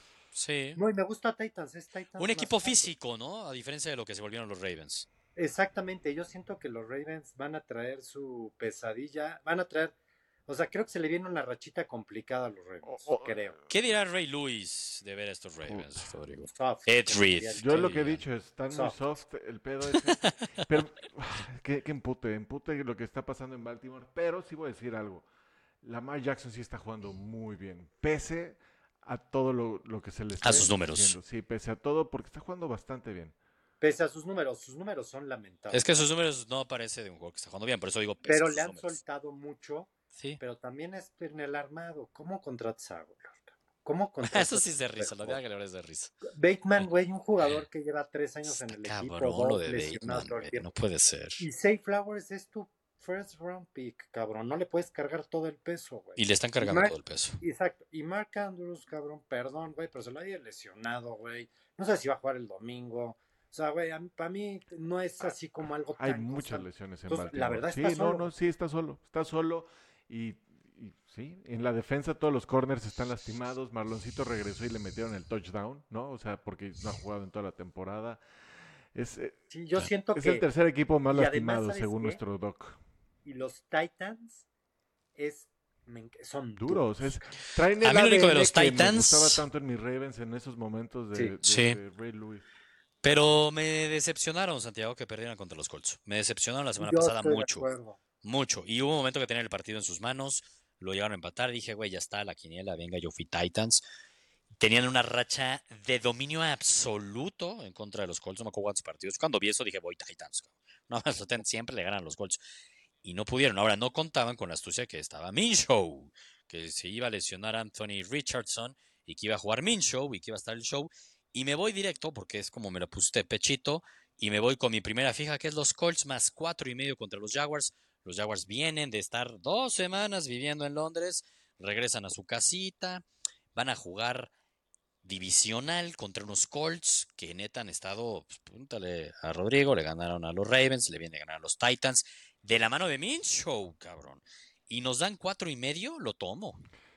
Sí. No, y me gusta Titans, es Titans. Un más equipo fácil. físico, ¿no? A diferencia de lo que se volvieron los Ravens. Exactamente, yo siento que los Ravens van a traer su pesadilla, van a traer, o sea, creo que se le viene una rachita complicada a los Ravens, O- o- creo. ¿Qué dirá Ray Lewis de ver a estos Ravens, Rodrigo? Soft, Ed como Reed. diría el- Yo lo ¿Qué que he digan? dicho, están muy Soft. soft, el pedo es ese. Pero, que, que empute, empute lo que está pasando en Baltimore. Pero sí voy a decir algo. Lamar Jackson sí está jugando muy bien, pese a todo lo, lo que se le está A sus números. diciendo. Sí, pese a todo, porque está jugando bastante bien. Pese a sus números, sus números son lamentables. Es que sus números no parece de un juego que está jugando bien, por eso digo pese pero a sus le han números. soltado mucho, Sí. pero también es en el armado. ¿Cómo contratas a Aguilar? ¿Cómo contratas Eso sí es de risa, lo de a Aguilar es de risa. Bateman, güey, un jugador que lleva tres años en Está el equipo, cabrón lo dos de lesionados Bateman, todo el güey, tiempo. no puede ser. Y Zay Flowers es tu first round pick, cabrón. No le puedes cargar todo el peso, güey. Y le están cargando Mark- todo el peso. Exacto. Y Mark Andrews, cabrón, perdón, güey, pero se lo había lesionado, güey. No sé si va a jugar el domingo. O sea, güey, para mí no es así como algo Hay tan muchas constante. lesiones en Entonces, Baltimore. la verdad sí, está no, solo. no, sí, está solo. Está solo. Y, y sí, en la defensa todos los corners están lastimados. Marloncito regresó y le metieron el touchdown, ¿no? O sea, porque no ha jugado en toda la temporada. Es, eh, Sí, yo siento es que. el tercer equipo más y además, lastimado, ¿sabes según qué? nuestro doc. Y los Titans es. me enc- son Duros. duros. Es, traen el A mí lo único de A D N los que me Titans- gustaba tanto en mis Ravens en esos momentos de, Sí. de- Sí. de Ray Lewis. Pero me decepcionaron, Santiago, que perdieran contra los Colts. Me decepcionaron la semana Yo pasada estoy de mucho. acuerdo. Mucho. Y hubo un momento que tenían el partido en sus manos, lo llegaron a empatar. Dije, güey, ya está, la quiniela, venga, yo fui Titans. Tenían una racha de dominio absoluto en contra de los Colts. No me acuerdo cuántos partidos. Cuando vi eso dije, voy Titans. No, siempre le ganan los Colts. Y no pudieron. Ahora, no contaban con la astucia que estaba Minshew, que se iba a lesionar Anthony Richardson y que iba a jugar Minshew y que iba a estar el show. Y me voy directo, porque es como me lo pusiste de pechito, y me voy con mi primera fija, que es los Colts más cuatro y medio contra los Jaguars. Los Jaguars vienen de estar dos semanas viviendo en Londres, regresan a su casita, van a jugar divisional contra unos Colts que neta han estado, pues, pregúntale a Rodrigo, le ganaron a los Ravens, le vienen a ganar a los Titans, de la mano de Minshew, cabrón. Y nos dan cuatro y medio, lo tomo.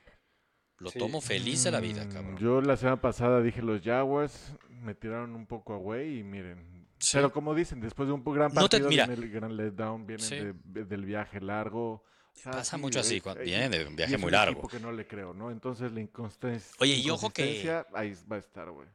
Lo Sí. tomo feliz de la vida, Mm, cabrón. Yo la semana pasada dije los Jaguars, me tiraron un poco away y miren. Sí. Pero como dicen, después de un gran No te- partido mira. viene el gran letdown, vienen Sí. de- del viaje largo. O sea, Pasa sí, mucho así, es- cuando y- vienen de un y viaje es muy un largo. equipo que no le creo, ¿no? Entonces la inconsistencia, Oye, y ojo que- inconsistencia ahí va a estar, güey.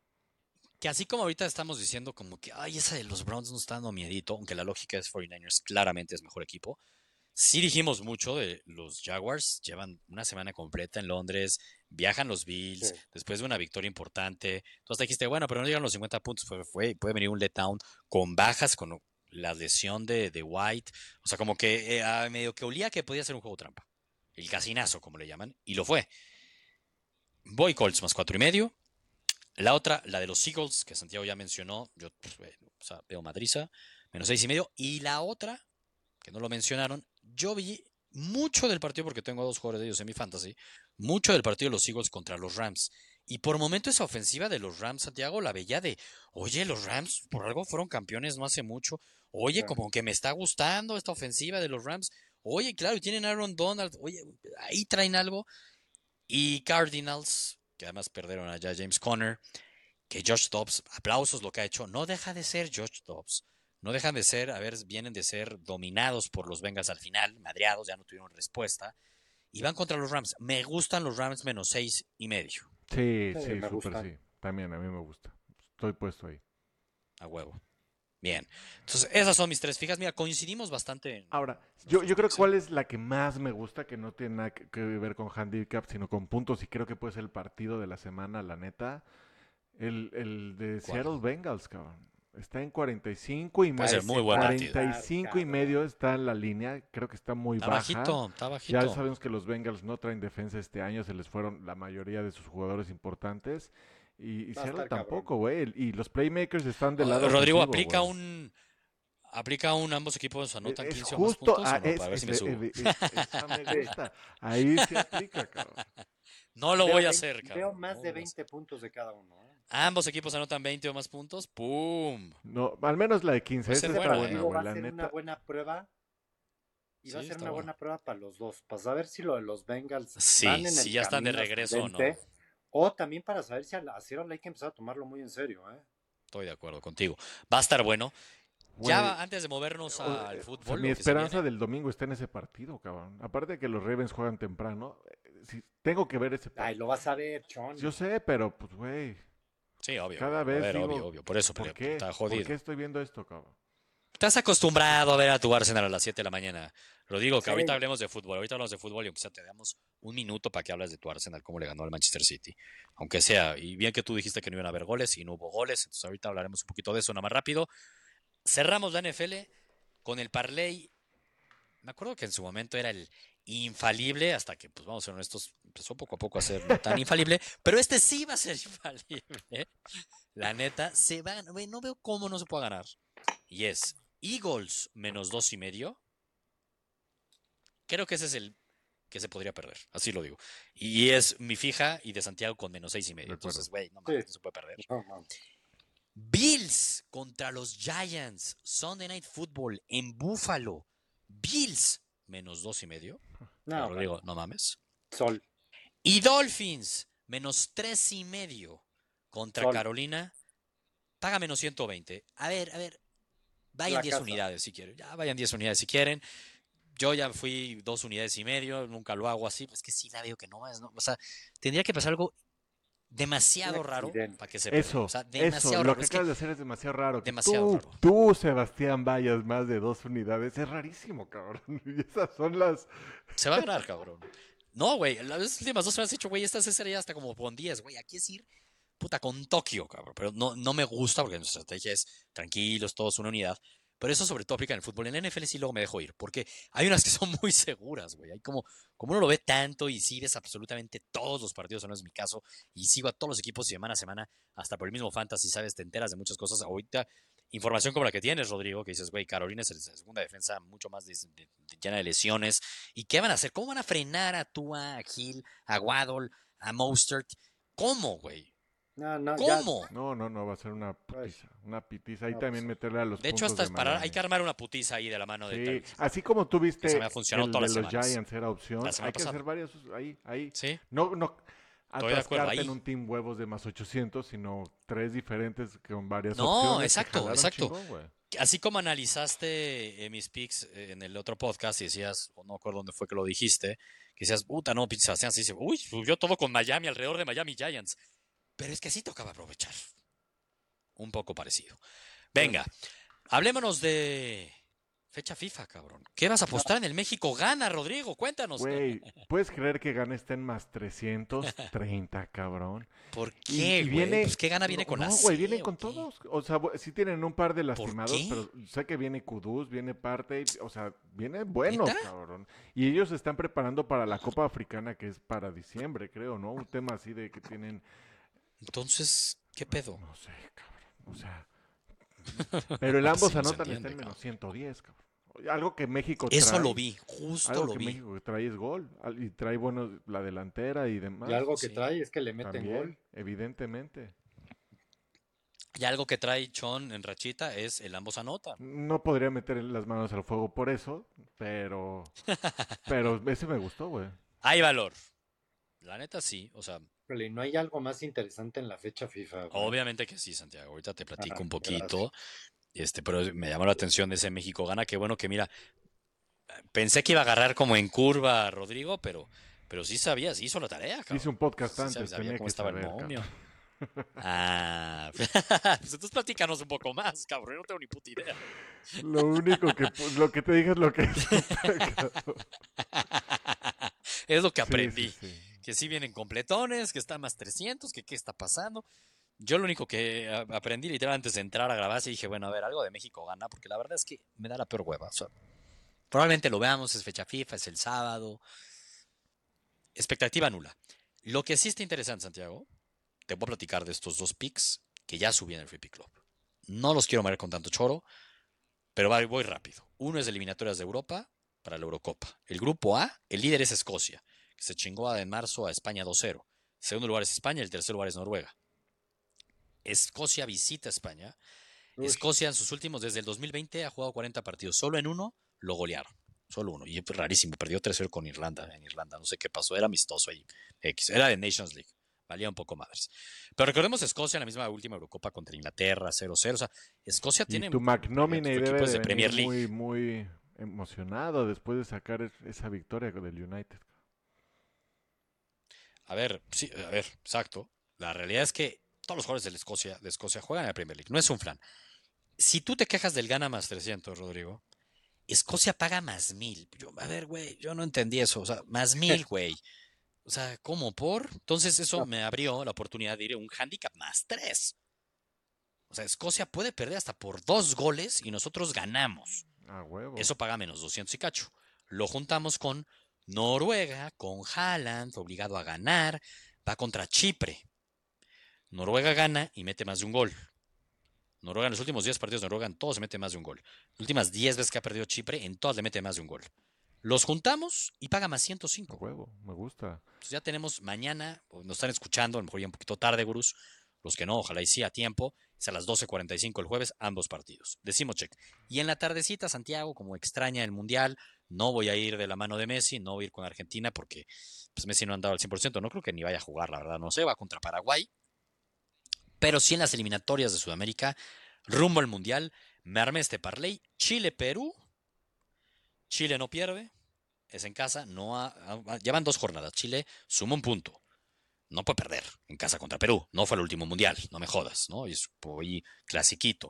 Que así como ahorita estamos diciendo como que, ay, esa de los Browns nos está dando miedito, aunque la lógica es cuarenta y nueve ers claramente es mejor equipo. Sí dijimos mucho de los Jaguars, llevan una semana completa en Londres, viajan los Bills, Sí. después de una victoria importante. Tú hasta dijiste, bueno, pero no llegan los cincuenta puntos, fue, fue- puede venir un letdown con bajas, con la lesión de, de White. O sea, como que eh, ah, medio que olía que podía ser un juego trampa. El casinazo, como le llaman, y lo fue. Voy Colts más cuatro y medio. La otra, la de los Eagles, que Santiago ya mencionó, yo pues, bueno, o sea, veo madriza, menos seis y medio. Y la otra, que no lo mencionaron, yo vi mucho del partido, porque tengo a dos jugadores de ellos en mi fantasy, mucho del partido de los Eagles contra los Rams. Y por momento esa ofensiva de los Rams, Santiago, la veía de, oye, los Rams por algo fueron campeones no hace mucho. Oye, Sí. como que me está gustando esta ofensiva de los Rams. Oye, claro, y tienen a Aaron Donald. Oye, ahí traen algo. Y Cardinals, que además perdieron allá a James Conner, que Josh Dobbs, aplausos lo que ha hecho, no deja de ser Josh Dobbs. No dejan de ser, a ver, vienen de ser dominados por los Bengals al final, madreados, ya no tuvieron respuesta. Y van contra los Rams. Me gustan los Rams menos seis y medio. Sí, Sí, sí, me súper gustan. sí. También a mí me gusta. Estoy puesto ahí. A huevo. Bien. Entonces, esas son mis tres fijas. Mira, coincidimos bastante en... Ahora, yo, yo creo que Sí. cuál es la que más me gusta, que no tiene nada que, que ver con handicap, sino con puntos, y creo que puede ser el partido de la semana, la neta. El, el de ¿Cuál? Seattle Bengals, cabrón. Está en cuarenta y cinco y Puede medio. ser muy buen partido. cuarenta y cinco y medio está en la línea. Creo que está muy Está baja. bajito, está Ya bajito. sabemos que los Bengals no traen defensa este año. Se les fueron la mayoría de sus jugadores importantes. Y, y Va a Seattle estar tampoco, güey. Y los playmakers están del lado Rodrigo, ofensivo, aplica güey. un... ¿Aplica un ambos equipos anotan Es quince o más justo, puntos ah, o no? es, Para ver si me es- subo. es- es- esa me gusta. Ahí se aplica, cabrón. No lo Veo voy a veinte hacer, Veo cabrón. más no de lo voy a hacer. veinte puntos de cada uno. ¿eh? Ambos equipos anotan veinte o más puntos. ¡Pum! No, al menos la de quince. Puede Esa ser está buena, buena, ¿eh? Digo, va güey. a La ser una neta. buena prueba. Y va a Sí, ser está una bueno. buena prueba para los dos. Para saber si lo de los Bengals Sí, van en si el ya están de camino regreso o no. ascendente, o también para saber si a, la, a Seattle hay que empezar a tomarlo muy en serio. ¿eh? Estoy de acuerdo contigo. Va a estar bueno. Güey, Ya antes de movernos o- al eh, fútbol, o sea, mi lo que se esperanza viene. del domingo está en ese partido, cabrón. Aparte de que los Ravens juegan temprano, eh, sí, tengo que ver ese Ay, partido. lo vas a ver, Chon. Yo sé, pero pues, güey, Sí, obvio. cada obvio. vez a ver, digo, obvio, obvio. Por eso, ¿por porque qué? está ¿Por jodido. qué estoy viendo esto, cabrón? Estás acostumbrado a ver a tu Arsenal a las siete de la mañana. Rodrigo, que Sí. ahorita hablemos de fútbol. Ahorita hablamos de fútbol y aunque sea te damos un minuto para que hables de tu Arsenal, cómo le ganó al Manchester City. Aunque sea, y bien que tú dijiste que no iban a haber goles y no hubo goles, entonces ahorita hablaremos un poquito de eso, nada más rápido. Cerramos la N F L con el parlay. Me acuerdo que en su momento era el infalible, hasta que, pues vamos a ser honestos, empezó poco a poco a ser no tan infalible, pero este sí va a ser infalible. ¿eh? La neta, se va, güey, no veo cómo no se puede ganar. Y es Eagles menos dos y medio. Creo que ese es el que se podría perder, así lo digo. Y es mi fija y de Santiago con menos seis y medio. De acuerdo. Entonces, güey, no mames, Sí. no se puede perder. No, no. Bills contra los Giants. Sunday Night Football en Buffalo. Bills menos dos y medio. No, Rodrigo, no mames. Sol. Y Dolphins menos tres y medio contra Sol. Carolina. Paga menos ciento veinte. A ver, a ver. Vayan La diez casa. unidades si quieren. Ya vayan diez unidades si quieren. Yo ya fui dos unidades y medio. Nunca lo hago así. Es que sí la veo que no es. ¿no? O sea, tendría que pasar algo demasiado Un raro accidente. para que se pierda. Eso, O sea, eso, demasiado lo raro. que Es que acabas de hacer es demasiado raro. Que demasiado tú, raro. tú, Sebastián, vayas más de dos unidades. Es rarísimo, cabrón. Y esas son las... se va a ganar, cabrón. No, güey. Las últimas dos me has dicho, güey, esta sería hasta como con diez, güey. Aquí es ir, puta, con Tokio, cabrón. Pero no, no me gusta porque nuestra estrategia es tranquilos, todos una unidad. Pero eso sobre todo aplica en el fútbol. En la N F L sí luego me dejo ir. Porque hay unas que son muy seguras, güey. Hay como, como uno lo ve tanto y sí ves absolutamente todos los partidos, o no es mi caso. Y sigo a todos los equipos semana a semana, hasta por el mismo fantasy, ¿sabes? Te enteras de muchas cosas. Ahorita, información como la que tienes, Rodrigo, que dices, güey, Carolina es la segunda defensa mucho más de, de, de, llena de lesiones. ¿Y qué van a hacer? ¿Cómo van a frenar a Tua, a Hill, a Waddle, a Mostert? ¿Cómo, güey? No, no, ¿Cómo? No, no, no, va a ser una putiza. Una pitiza. Ahí No, también pues, meterle a los De hecho, puntos hasta de parar, Miami. hay que armar una putiza ahí de la mano de Sí, Tyreek. así como tú viste se me ha funcionado el todas de las los semanas. Giants era opción, La semana hay que pasada. hacer varios ahí, ahí. Sí, No, no Estoy de acuerdo, atascarte ahí. en un team huevos de más ochocientos, sino tres diferentes con varias No, opciones. que exacto, jalaron exacto. chingón, güey. así como analizaste eh, mis picks eh, en el otro podcast y decías, o no recuerdo dónde fue que lo dijiste, que decías, puta, no, pinche Sebastián, así dice, uy, subió todo con Miami, alrededor de Miami Giants. Pero es que así tocaba aprovechar. Un poco parecido. Venga, hablémonos de fecha FIFA, cabrón. ¿Qué vas a apostar en el México Gana, Rodrigo? Cuéntanos. Güey, ¿puedes creer que Gana está en más trescientos treinta, cabrón? ¿Por Y- qué, y güey? viene- Pues ¿qué Gana viene no, con la No, C, güey, vienen o con qué? todos. O sea, bu- sí tienen un par de lastimados, qué? pero sé que viene Kudus, viene Partey, o sea, vienen buenos, ¿Neta? cabrón. Y ellos se están preparando para la Copa Africana, que es para diciembre, creo, ¿no? Un tema así de que tienen, Entonces, ¿qué pedo? no sé, cabrón, o sea... Pero el ambos Sí, no se anotan entiende, está en menos cabrón. ciento diez, cabrón. Algo que México Eso trae, lo vi, justo algo lo que vi. México trae es gol, al- y trae, bueno, la delantera y demás. Y algo que Sí. trae es que le meten También, gol. evidentemente. Y algo que trae Chon en rachita es el ambos anotan. No podría meter las manos al fuego por eso, pero pero ese me gustó, güey. Hay valor. La neta sí, o sea, Híjole, no hay algo más interesante en la fecha FIFA. güey. obviamente que sí, Santiago. Ahorita te platico Ah, un poquito. Este, pero me llamó la atención de ese México Gana. Qué bueno que mira, pensé que iba a agarrar como en curva a Rodrigo, pero, pero sí sabía, sí hizo la tarea, cabrón. Hice un podcast Sí antes, sabía tenía cómo que estaba saber, el momio. cabrón. Ah, pues entonces platícanos un poco más, cabrón. Yo no tengo ni puta idea. Lo único que lo que te dije es lo que Es lo que Sí, aprendí. sí, sí. Que sí vienen completones, que está más trescientos, que qué está pasando. Yo lo único que a- aprendí literal antes de entrar a grabar, y dije, bueno, a ver, algo de México gana, porque la verdad es que me da la peor hueva. O sea, probablemente lo veamos, es fecha FIFA, es el sábado. Expectativa nula. Lo que sí está interesante, Santiago, te voy a platicar de estos dos picks que ya subí en el Free Pick Club. No los quiero marear con tanto choro, pero voy, voy rápido. Uno es de eliminatorias de Europa para la Eurocopa. El grupo A, el líder es Escocia, que se chingó en marzo a España dos cero. El segundo lugar es España, el tercer lugar es Noruega. Escocia visita España. Uy, Escocia en sus últimos, desde el dos mil veinte, ha jugado cuarenta partidos. Solo en uno lo golearon. Solo uno. Y es rarísimo. Perdió tres cero con Irlanda. En Irlanda. No sé qué pasó. Era amistoso ahí. X. Era de Nations League. Valía un poco madres. Pero recordemos Escocia en la misma última Eurocopa contra Inglaterra, cero cero. O sea, Escocia Y tiene tu obviamente, McNominay su debe equipo es de de Premier venir League. muy, muy emocionado después de sacar es- esa victoria del United. A ver, sí, a ver, exacto. La realidad es que todos los jugadores de Escocia, de Escocia juegan en la Premier League. No es un flan. Si tú te quejas del gana más trescientos, Rodrigo, Escocia paga más mil. Yo, a ver, güey, yo no entendí eso. O sea, más mil, güey. O sea, ¿cómo por? Entonces eso no, me abrió la oportunidad de ir a un handicap más tres. O sea, Escocia puede perder hasta por dos goles y nosotros ganamos. A huevo. Eso paga menos doscientos y cacho. Lo juntamos con Noruega, con Haaland, obligado a ganar. Va contra Chipre. Noruega gana y mete más de un gol. Noruega en los últimos diez partidos de Noruega en todos se mete más de un gol. Las últimas diez veces que ha perdido Chipre, en todas le mete más de un gol. Los juntamos y paga más ciento A cinco. huevo, me gusta. Entonces ya tenemos mañana, nos están escuchando, a lo mejor ya un poquito tarde, gurús. Los que no, ojalá y sí a tiempo. Es a las doce cuarenta y cinco el jueves, ambos partidos. Decimos check. Y en la tardecita, Santiago, como extraña el Mundial, no voy a ir de la mano de Messi, no voy a ir con Argentina porque pues, Messi no ha andado al cien por ciento. No creo que ni vaya a jugar, la verdad, no sé, va contra Paraguay. Pero sí en las eliminatorias de Sudamérica, rumbo al Mundial, me armé este parlay. Chile-Perú. Chile no pierde. Es en casa. No ha, ha, llevan dos jornadas. Chile suma un punto. No puede perder en casa contra Perú. No fue el último Mundial. No me jodas, ¿no? Es hoy clasiquito.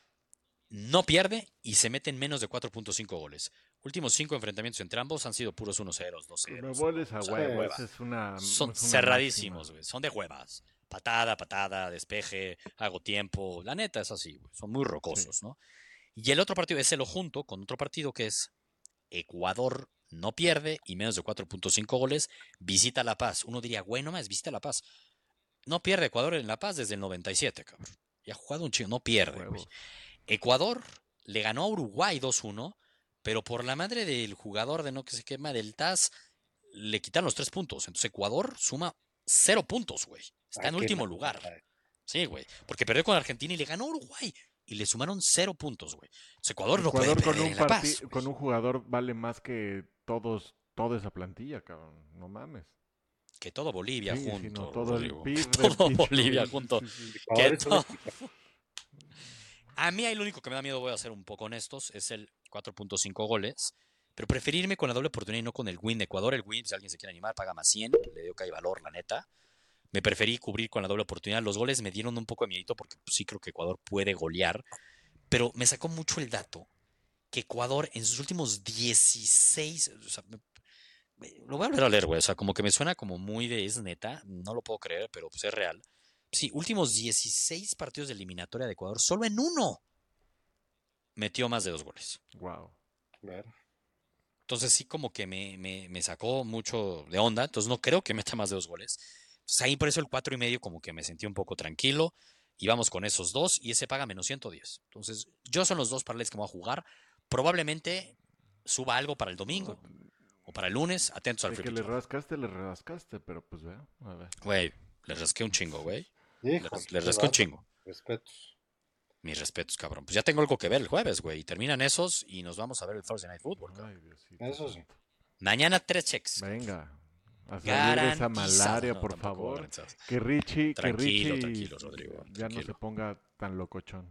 No pierde y se mete en menos de cuatro punto cinco goles. Últimos cinco enfrentamientos entre ambos han sido puros uno cero, dos cero. Goles a O sea, huevo, de hueva. esa es una, Son es una cerradísimos, máxima. güey. Son de huevas. Patada, patada, despeje, hago tiempo. La neta es así, güey. Son muy rocosos, Sí. ¿no? Y el otro partido, ese lo junto con otro partido que es Ecuador no pierde y menos de cuatro punto cinco goles, visita La Paz. Uno diría, güey, no más, visita La Paz. No pierde Ecuador en La Paz desde el noventa y siete, cabrón. Y ha jugado un chingo, no pierde, güey. Huevos. Ecuador le ganó a Uruguay dos uno, pero por la madre del jugador de no que se quema del T A S, le quitaron los tres puntos. Entonces Ecuador suma cero puntos, güey. Está ay, en qué último mal, lugar. caray. Sí, güey. Porque perdió con Argentina y le ganó a Uruguay. Y le sumaron cero puntos, güey. Entonces Ecuador no puede Ecuador con perder un, en La parti- Paz, güey. con un jugador vale más que todos, toda esa plantilla, cabrón. No mames. Que todo Bolivia Sí, sí, junto, no, todo el Rodrigo. P I B Que del todo pinche Bolivia Bolivia, junto. sí, sí. Que Ecuador es un todo- equipo. A mí ahí lo único que me da miedo, voy a ser un poco honestos, es el cuatro punto cinco goles. Pero preferirme con la doble oportunidad y no con el win de Ecuador. El win, si alguien se quiere animar, paga más cien. Le digo que hay valor, la neta. Me preferí cubrir con la doble oportunidad. Los goles me dieron un poco de miedito porque pues, sí creo que Ecuador puede golear. Pero me sacó mucho el dato que Ecuador en sus últimos dieciséis... O sea, me- me- lo voy a volver a leer, güey. O sea, como que me suena como muy de es neta. No lo puedo creer, pero pues es real. Sí, últimos dieciséis partidos de eliminatoria de Ecuador, solo en uno metió más de dos goles. Wow. Claro. Entonces sí como que me, me, me sacó mucho de onda. Entonces no creo que meta más de dos goles. Entonces ahí por eso el cuatro y medio como que me sentí un poco tranquilo. Y vamos con esos dos y ese paga menos ciento diez. Entonces yo son los dos parlays que voy a jugar. Probablemente suba algo para el domingo o para el lunes. Atentos al De Free que Pick le Club. rascaste, le rascaste, pero pues vea, a ver. Güey, le rasqué un chingo, güey. Le, Híjole, ras- le qué rasqué un bárbaro. chingo. Respetos. Mis respetos, cabrón. Pues ya tengo algo que ver el jueves, güey. Y terminan esos y nos vamos a ver el Thursday Night Football, cabrón. Ay, Diosito Eso sí. santo. Mañana tres checks. Venga, a salir de esa Garantizado. malaria, No, por tampoco favor. garantizado. Que Richie, que Tranquilo, Richie tranquilo, Rodrigo, ya no tranquilo. se ponga tan locochón.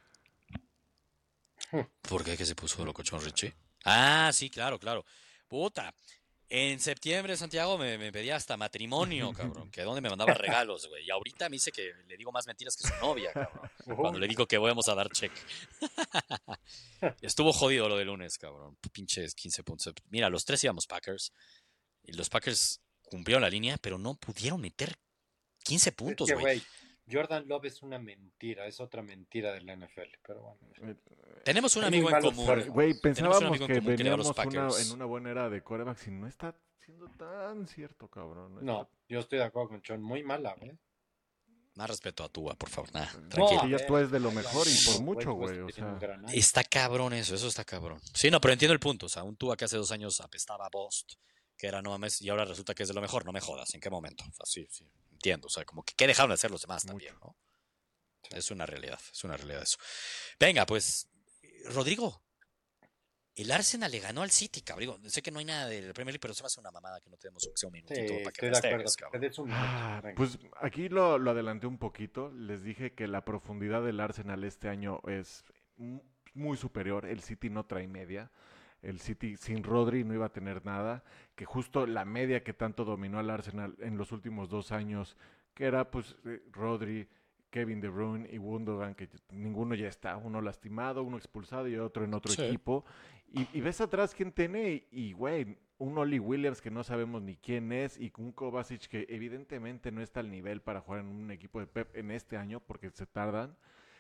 ¿Por qué que se puso locochón Richie? Ah, sí, claro, claro. Puta. En septiembre, Santiago, me, me pedía hasta matrimonio, cabrón. Que donde me mandaba regalos, güey. Y ahorita me dice que le digo más mentiras que su novia, cabrón. Cuando le digo que vamos a dar check. Estuvo jodido lo de lunes, cabrón. Pinches quince puntos. Mira, los tres íbamos Packers. Y los Packers cumplieron la línea, pero no pudieron meter quince Es puntos, que, güey. güey, Jordan Love es una mentira, es otra mentira de la N F L, pero bueno. Tenemos un Hay amigo muy en malos común. jugadores. Güey, Tenemos un pensábamos amigo en que común que le va a veníamos los una, Packers. en una buena era de quarterbacks y no está siendo tan cierto, cabrón. No, No, está- yo estoy de acuerdo con Chon, muy mala, ¿eh? Más respeto a Tua, por favor. Nah, No, tranquilo. que ya tú es de lo Ay, mejor y ay, por no, mucho, güey, güey. O tiene un sea, gran año. Está cabrón eso, eso está cabrón. Sí, no, pero entiendo el punto. O sea, un Tua que hace dos años apestaba a Bost, que era no mames, y ahora resulta que es de lo mejor. No me jodas, ¿en qué momento? O sea, sí, sí, entiendo. O sea, como que ¿qué dejaron de hacer los demás también, ¿no? Es una realidad, es una realidad eso. Venga, pues, Rodrigo, el Arsenal le ganó al City, cabrón. Digo, sé que no hay nada del Premier League, pero se me hace una mamada que no tenemos aunque sea un Sí, minutito para que estoy de acuerdo. festejes, Te cabrón. des un minuto. ah, Venga. pues aquí lo, lo adelanté un poquito. Les dije que la profundidad del Arsenal este año es mu- muy superior. El City no trae media. El City sin Rodri no iba a tener nada. Que justo la media que tanto dominó al Arsenal en los últimos dos años, que era pues eh, Rodri, Kevin De Bruyne y Gundogan, que ninguno ya está, uno lastimado, uno expulsado y otro en otro Sí. equipo. Y, y ves atrás quién tiene y, güey, un Oli Williams que no sabemos ni quién es y un Kovacic que evidentemente no está al nivel para jugar en un equipo de Pep en este año porque se tardan.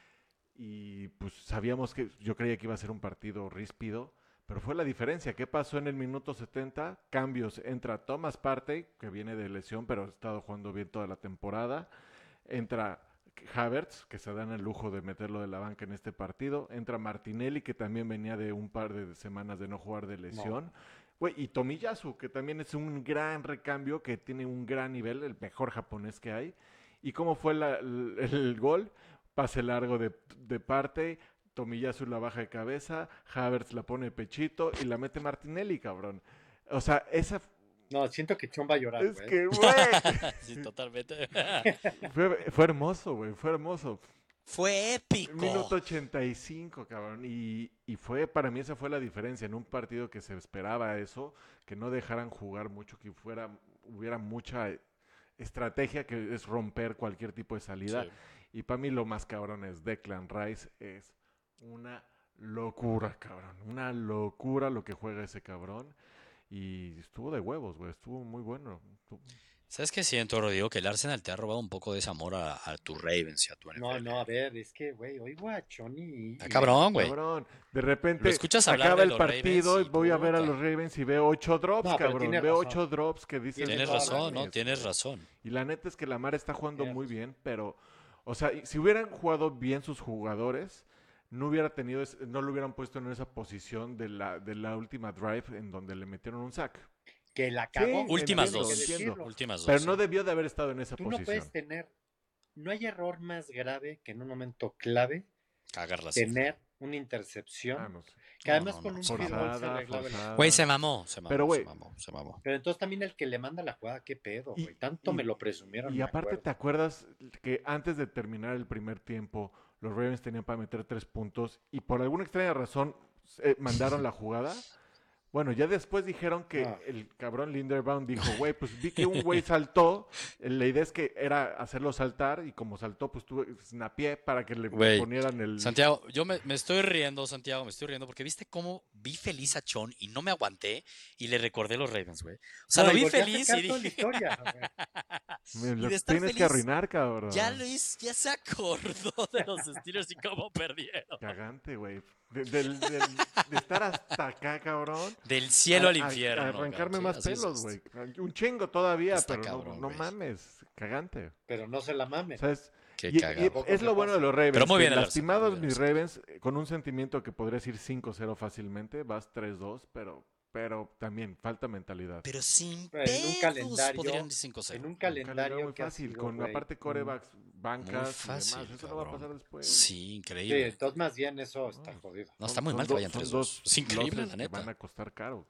Y pues sabíamos que yo creía que iba a ser un partido ríspido, pero fue la diferencia. ¿Qué pasó en el minuto setenta? Cambios. Entra Thomas Partey, que viene de lesión, pero ha estado jugando bien toda la temporada. Entra Havertz, que se dan el lujo de meterlo de la banca en este partido. Entra Martinelli, que también venía de un par de semanas de no jugar de lesión. Güey, y Tomiyasu, que también es un gran recambio, que tiene un gran nivel, el mejor japonés que hay. ¿Y cómo fue la- el, el gol? Pase largo de, de parte, Tomiyasu la baja de cabeza, Havertz la pone de pechito y la mete Martinelli, cabrón. O sea, esa... No, siento que Chon va a llorar, Es güey. que, güey, Sí, totalmente. fue, fue hermoso, güey, fue hermoso. Fue épico. Minuto ochenta y cinco, cabrón. Y, y fue, para mí esa fue la diferencia. En un partido que se esperaba eso, que no dejaran jugar mucho, que fuera, hubiera mucha estrategia, que es romper cualquier tipo de salida. Sí. Y para mí lo más cabrón es Declan Rice. Es una locura, cabrón. Una locura lo que juega ese cabrón. Y estuvo de huevos, güey. Estuvo muy bueno. Estuvo- ¿Sabes qué siento, Rodrigo? Que el Arsenal te ha robado un poco de ese amor a, a tu Ravens y a tu N F L. No, no, a ver, es que, güey, oigo a Chon y... Está y- cabrón, güey. Cabrón, de repente Lo escuchas hablar acaba de el los partido Ravens y y voy a ver a puta. los Ravens y veo ocho drops, No, pero cabrón. tiene Veo razón. ocho drops que dicen... Tiene Tienes toda la razón, ¿no? mames, Tienes güey. razón. Y la neta es que Lamar está jugando Tienes muy razón. bien, pero, o sea, y si hubieran jugado bien sus jugadores, no hubiera tenido, es- no lo hubieran puesto en esa posición de la, de la última drive en donde le metieron un sack. Que la cagó. Sí, Últimas entiendo, dos. entiendo. Últimas dos. Pero sí. no debió de haber estado en esa Tú no posición. puedes tener... No hay error más grave que en un momento clave Cagarla así. tener una intercepción. Ah, no sé. Que No, además no, con no, un se field mamó. goal se Forzada, arreglaba el- forzada. Güey, se mamó, se mamó, Pero, güey, se mamó, se mamó. Pero entonces también el que le manda la jugada, qué pedo, Y- güey. Tanto y- me lo presumieron. Y me aparte, acuerdo. ¿te acuerdas que antes de terminar el primer tiempo, los Ravens tenían para meter tres puntos y por alguna extraña razón eh, mandaron la jugada? Bueno, ya después dijeron que Ah. el cabrón Linderbaum dijo, güey, pues vi que un güey saltó, eh, la idea es que era hacerlo saltar y como saltó, pues tuve snapié para que le Güey, ponieran el... Santiago, yo me, me estoy riendo, Santiago, me estoy riendo, porque viste cómo vi feliz a Chon y no me aguanté y le recordé los Ravens, güey. O sea, No, lo y vi volví a feliz sacar y toda la dije, historia, güey. Me y lo de estar tienes que feliz, arruinar, cabrón. ya Luis, ya se acordó de los Steelers y cómo perdieron. Cagante, güey. De, del- del- de estar hasta acá, cabrón. Del cielo a- al a- infierno. a arrancarme cabrón, más sí, así es pelos, esto. güey. Un chingo todavía, Está pero no- cabrón, no, güey. mames. Cagante. Pero no se la mamen. ¿Sabes? Qué Y- y cagado. es lo bueno de los Ravens. Pero muy que bien el lastimados Arsenal, muy bien mis el Arsenal. Ravens, eh, con un sentimiento que podrías ir cinco cero fácilmente, vas tres dos, pero, pero también falta mentalidad. Pero sin Pero en un pedos calendario- podrían ir cinco cero. En un Un calendario calendario muy que ha fácil, sido, con güey, aparte un- corebacks, Muy bancas fácil, y demás. Eso no va a cabrón. pasar después. Sí, Sí, increíble. entonces más bien eso está No. jodido. No, está Son- muy son mal que do- vayan son tres dos dos. Es increíble, losses la que neta. van a costar caro.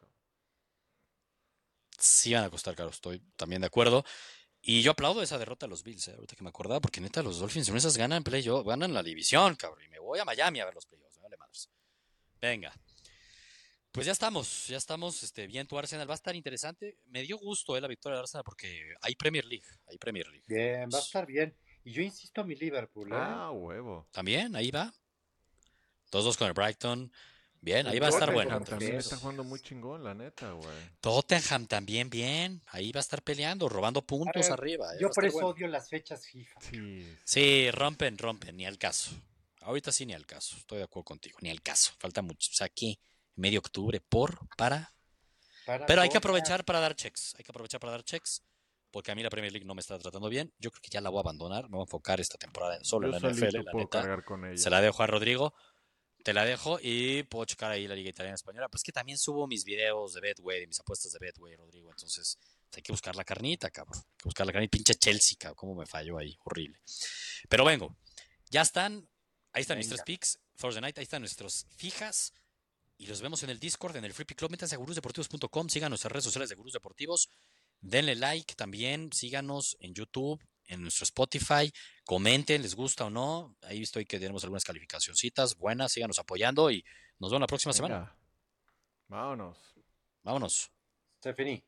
Sí van a costar caro, estoy también de acuerdo. Y yo aplaudo esa derrota a los Bills, eh, ahorita que me acordaba, porque neta los Dolphins en esas ganan playoff, ganan la división, cabrón. Y me voy a Miami a ver los playoffs, me vale madres. Venga. Pues ya estamos, ya estamos, este, bien tu Arsenal, va a estar interesante. Me dio gusto eh, la victoria del Arsenal porque hay Premier League, hay Premier League. Bien, va a estar bien. Y yo insisto a mi Liverpool, ¿eh? Ah, huevo. También, ahí va. dos dos con el Brighton. Bien, ahí El va a estar Tottenham bueno. También Eso. está jugando muy chingón, la neta, güey. Tottenham también bien. Ahí va a estar peleando, robando puntos Ah, arriba. eh, va a yo por estar eso bueno. odio las fechas FIFA. Sí, sí. Sí, rompen, rompen, ni al caso. Ahorita sí, ni al caso. Estoy de acuerdo contigo, ni al caso. Falta mucho. O sea, aquí, medio octubre, por, para. Para Pero hay que cosas. aprovechar para dar checks. Hay que aprovechar para dar checks. Porque a mí la Premier League no me está tratando bien. Yo creo que ya la voy a abandonar. Me voy a enfocar esta temporada en solo Yo en la N F L, solito la puedo neta. cargar con ella. Se la dejo a Rodrigo. Te la dejo y puedo checar ahí la Liga Italiana Española. Pues que también subo mis videos de Betway, mis apuestas de Betway, Rodrigo. Entonces, pues hay que buscar la carnita, cabrón. Hay que buscar la carnita. Pinche Chelsea, cabrón. Cómo me falló ahí. Horrible. Pero vengo. Ya están. Ahí están mis Venga. tres picks. Thursday Night. Ahí están nuestros fijas. Y los vemos en el Discord, en el Free Pick Club. Métanse a gurús deportivos punto com. Sigan nuestras redes sociales de Gurús Deportivos. Denle like también. Síganos en YouTube, en nuestro Spotify. Comenten, les gusta o no. Ahí estoy que tenemos algunas calificacioncitas buenas. Síganos apoyando y nos vemos la próxima semana. Venga. Vámonos. Vámonos. Stephanie.